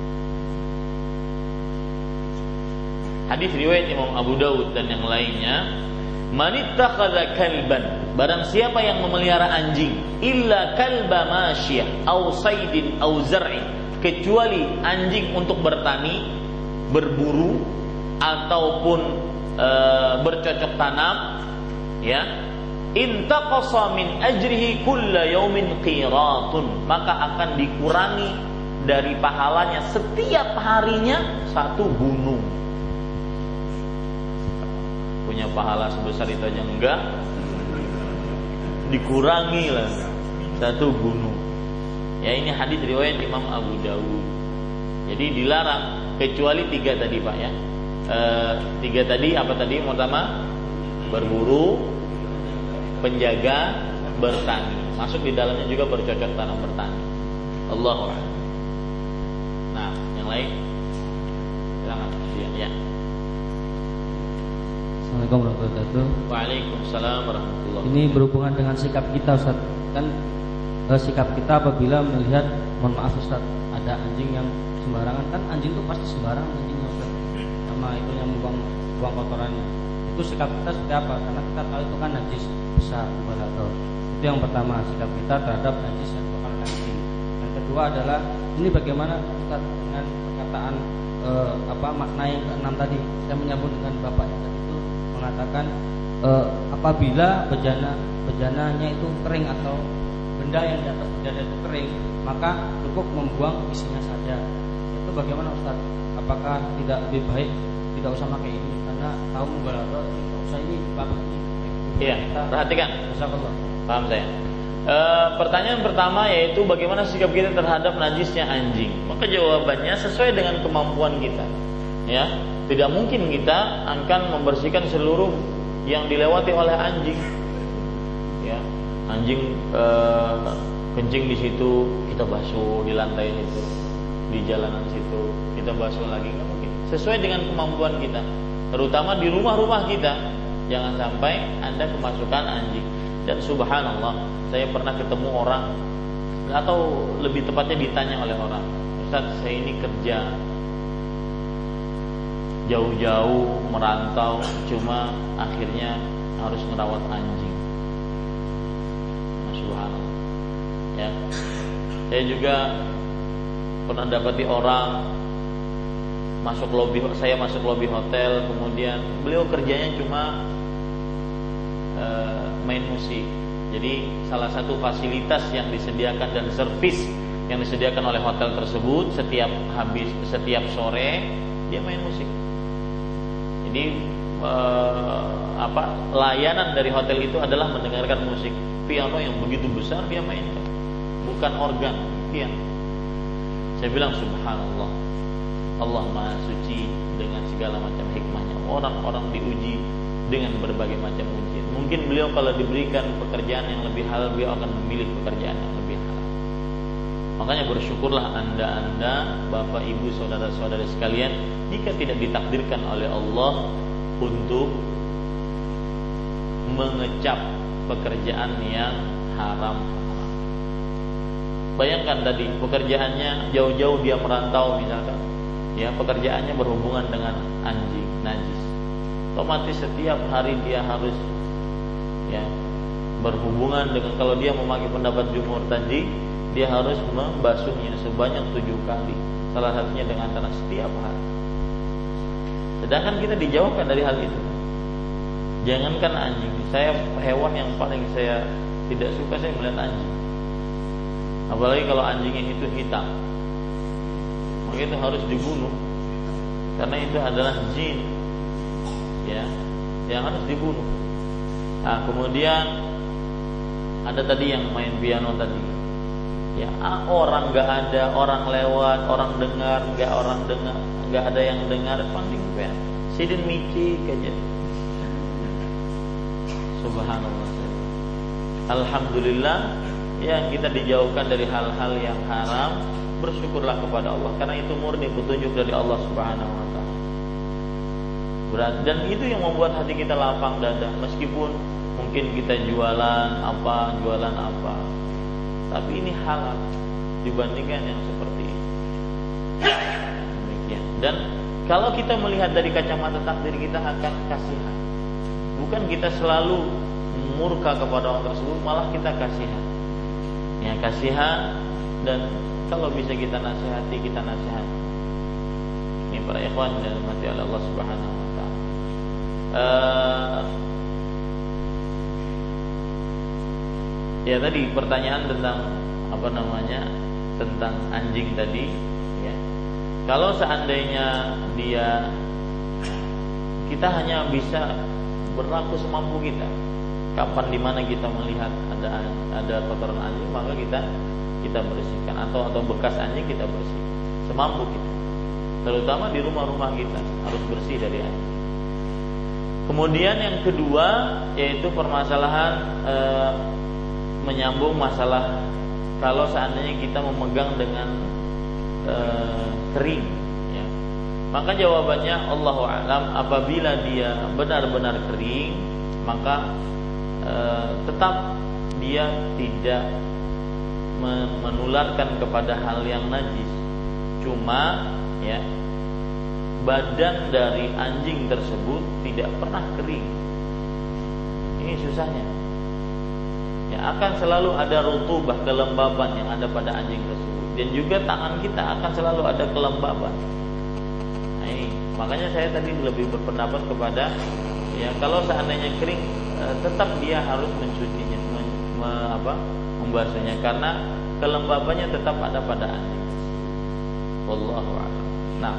Hadis riwayat Imam Abu Dawud dan yang lainnya, man ittakhadha kalban, barang siapa yang memelihara anjing, illa kalba masyiyah au saidin au zar'in, kecuali anjing untuk bertani, berburu, ataupun e, bercocok tanam, ya, intaqasa min ajrihi kulla yaumin qiratun, maka akan dikurangi dari pahalanya setiap harinya satu gunung. Punya pahala sebesar itu aja enggak, dikurangi lah satu gunung. Ya, ini hadis riwayat Imam Abu Dawud. Jadi dilarang kecuali tiga tadi Pak, ya. E, tiga tadi apa tadi? Yang pertama berburu, penjaga, bertani. Masuk di dalamnya juga bercocok tanam bertani. Allahu a'lam. Nah, yang lain silakan. Ya, ya. Assalamualaikum warahmatullahi wabarakatuh. Waalaikumsalam warahmatullahi wabarakatuh. Ini berhubungan dengan sikap kita Ustaz. Kan eh, sikap kita apabila melihat, mohon maaf Ustaz, ada anjing yang sembarangan. Kan anjing itu pasti sembarangan anjingnya Ustaz, sama itu yang buang buang kotorannya. Itu sikap kita seperti apa? Karena kita tahu itu kan najis besar, mubarakatuh. Itu yang pertama, sikap kita terhadap najis yang kotoran anjing. Yang kedua adalah, ini bagaimana Ustaz dengan perkataan eh, apa makna yang keenam tadi? Saya menyambung dengan Bapak yang tadi itu mengatakan eh, apabila bejana bejananya itu kering atau benda yang di atas bejana itu kering, maka cukup membuang isinya saja. Itu bagaimana Ustaz? Apakah tidak lebih baik tidak usah pakai ini karena tahu mubarakah, tidak usah ini pakai ini? Iya, perhatikan. Masyaallah. Paham saya. E, pertanyaan pertama yaitu bagaimana sikap kita terhadap najisnya anjing. Maka jawabannya sesuai dengan kemampuan kita. Ya, tidak mungkin kita akan membersihkan seluruh yang dilewati oleh anjing. Ya, anjing e, kencing di situ, kita basuh di lantai itu, di jalanan situ, kita basuh lagi, nggak mungkin. Sesuai dengan kemampuan kita, terutama di rumah-rumah kita. Jangan sampai Anda kemasukan anjing. Dan subhanallah, saya pernah ketemu orang, atau lebih tepatnya ditanya oleh orang, Ustaz, saya ini kerja jauh-jauh merantau, cuma akhirnya harus merawat anjing. Subhanallah. Ya, saya juga pernah dapati orang masuk lobi, saya masuk lobi hotel, kemudian beliau kerjanya cuma uh, main musik. Jadi salah satu fasilitas yang disediakan dan servis yang disediakan oleh hotel tersebut, setiap habis setiap sore dia main musik. Jadi uh, apa layanan dari hotel itu adalah mendengarkan musik. Piano yang begitu besar dia mainkan, bukan organ, piano. Saya bilang subhanallah, Allah Maha Suci dengan segala macam hikmahnya. Orang-orang diuji dengan berbagai macam ujian. Mungkin beliau kalau diberikan pekerjaan yang lebih halal, beliau akan memilih pekerjaan yang lebih halal. Makanya bersyukurlah anda-anda, bapak, ibu, saudara-saudara sekalian, jika tidak ditakdirkan oleh Allah untuk mengecap pekerjaan yang haram. Bayangkan tadi pekerjaannya jauh-jauh dia merantau misalkan, ya pekerjaannya berhubungan dengan anjing najis. Otomatis setiap hari dia harus ya berhubungan dengan, kalau dia memakai pendapat jumhur tadi, dia harus membasuhnya sebanyak tujuh kali, salah satunya dengan tanah setiap hari. Sedangkan kita dijauhkan dari hal itu. Jangankan anjing, saya hewan yang paling saya tidak suka saya melihat anjing. Apalagi kalau anjingnya itu hitam, maka itu harus dibunuh, karena itu adalah jin, ya, yang harus dibunuh. Nah, kemudian ada tadi yang main piano tadi, ya, orang nggak ada, orang lewat, orang dengar, nggak orang dengar, nggak ada yang dengar, panding piano, sidin micik aja. Subhanallah. Alhamdulillah yang kita dijauhkan dari hal-hal yang haram. Bersyukurlah kepada Allah, karena itu murni petunjuk dari Allah Subhanahu wa taala. Berat, dan itu yang membuat hati kita lapang dada, meskipun mungkin kita jualan apa, jualan apa, tapi ini halal dibandingkan yang seperti ini. Demikian. Dan kalau kita melihat dari kacamata takdir, kita akan kasihan. Bukan kita selalu murka kepada orang tersebut, malah kita kasihan. Ya, kasihan, dan kalau bisa kita nasihati, kita nasihati. Ini para ikhwan dan mati Allah Subhanahu wa taala. Uh, ya tadi pertanyaan tentang apa namanya? Tentang anjing tadi, ya. Kalau seandainya dia, kita hanya bisa berlaku semampu kita. Kapan dimana kita melihat ada ada kotoran anjing, maka kita kita bersihkan, atau atau bekas anjing kita bersihkan semampu kita. Terutama di rumah-rumah kita harus bersih dari anjing. Kemudian yang kedua yaitu permasalahan e, menyambung masalah kalau seandainya kita memegang dengan e, kering, ya. Maka jawabannya Allahu a'lam, apabila dia benar-benar kering, maka e, tetap dia tidak menularkan kepada hal yang najis. Cuma ya badan dari anjing tersebut tidak pernah kering. Ini susahnya. Ya, akan selalu ada rutubah, kelembaban yang ada pada anjing tersebut, dan juga tangan kita akan selalu ada kelembaban. Nah, ini makanya saya tadi lebih berpendapat kepada ya kalau seandainya kering, eh, tetap dia harus mencucinya, men, me, apa, membasuhnya, karena kelembabannya tetap ada pada anjing. Wallahu a'lam. Nah,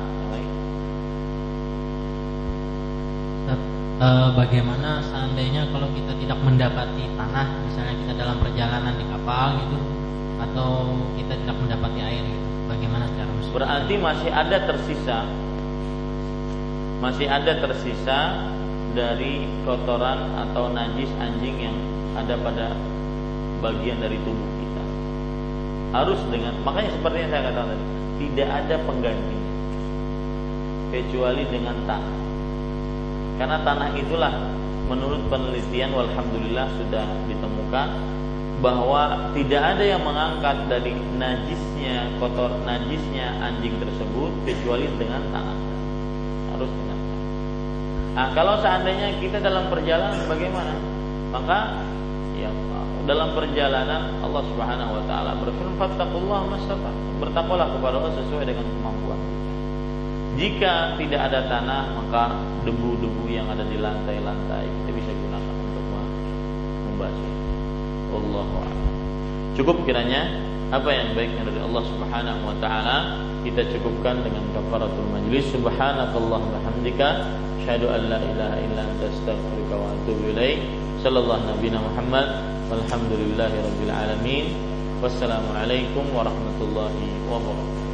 e, bagaimana seandainya kalau kita tidak mendapati tanah, misalnya kita dalam perjalanan di kapal gitu, atau kita tidak mendapati air gitu, bagaimana cara mensucikan? Berarti masih ada tersisa, masih ada tersisa dari kotoran atau najis anjing yang ada pada bagian dari tubuh kita. Harus dengan, makanya seperti yang saya katakan tadi, tidak ada penggantinya kecuali dengan tanah. Karena tanah itulah menurut penelitian walhamdulillah sudah ditemukan bahwa tidak ada yang mengangkat dari najisnya kotor najisnya anjing tersebut kecuali dengan tangan. Harus dengan tangan. Nah, kalau seandainya kita dalam perjalanan bagaimana? Maka ya dalam perjalanan Allah Subhanahu wa taala berfirman fattaqullaha mastata'tum. Bertakwalah kepada Allah sesuai dengan kemampuan kita. Jika tidak ada tanah, maka debu-debu yang ada di lantai-lantai kita bisa gunakan untuk membasuh. Wallahu a'lam. Cukup kiranya apa yang baiknya dari Allah Subhanahu wa taala kita cukupkan dengan kafaratul majlis. Subhanakallahumma hamdika asyhadu an la ilaha illa anta astaghfiruka wa atubu ilaik. Sallallahu nabiyana Muhammad walhamdulillahi rabbil alamin. Wassalamualaikum warahmatullahi wabarakatuh.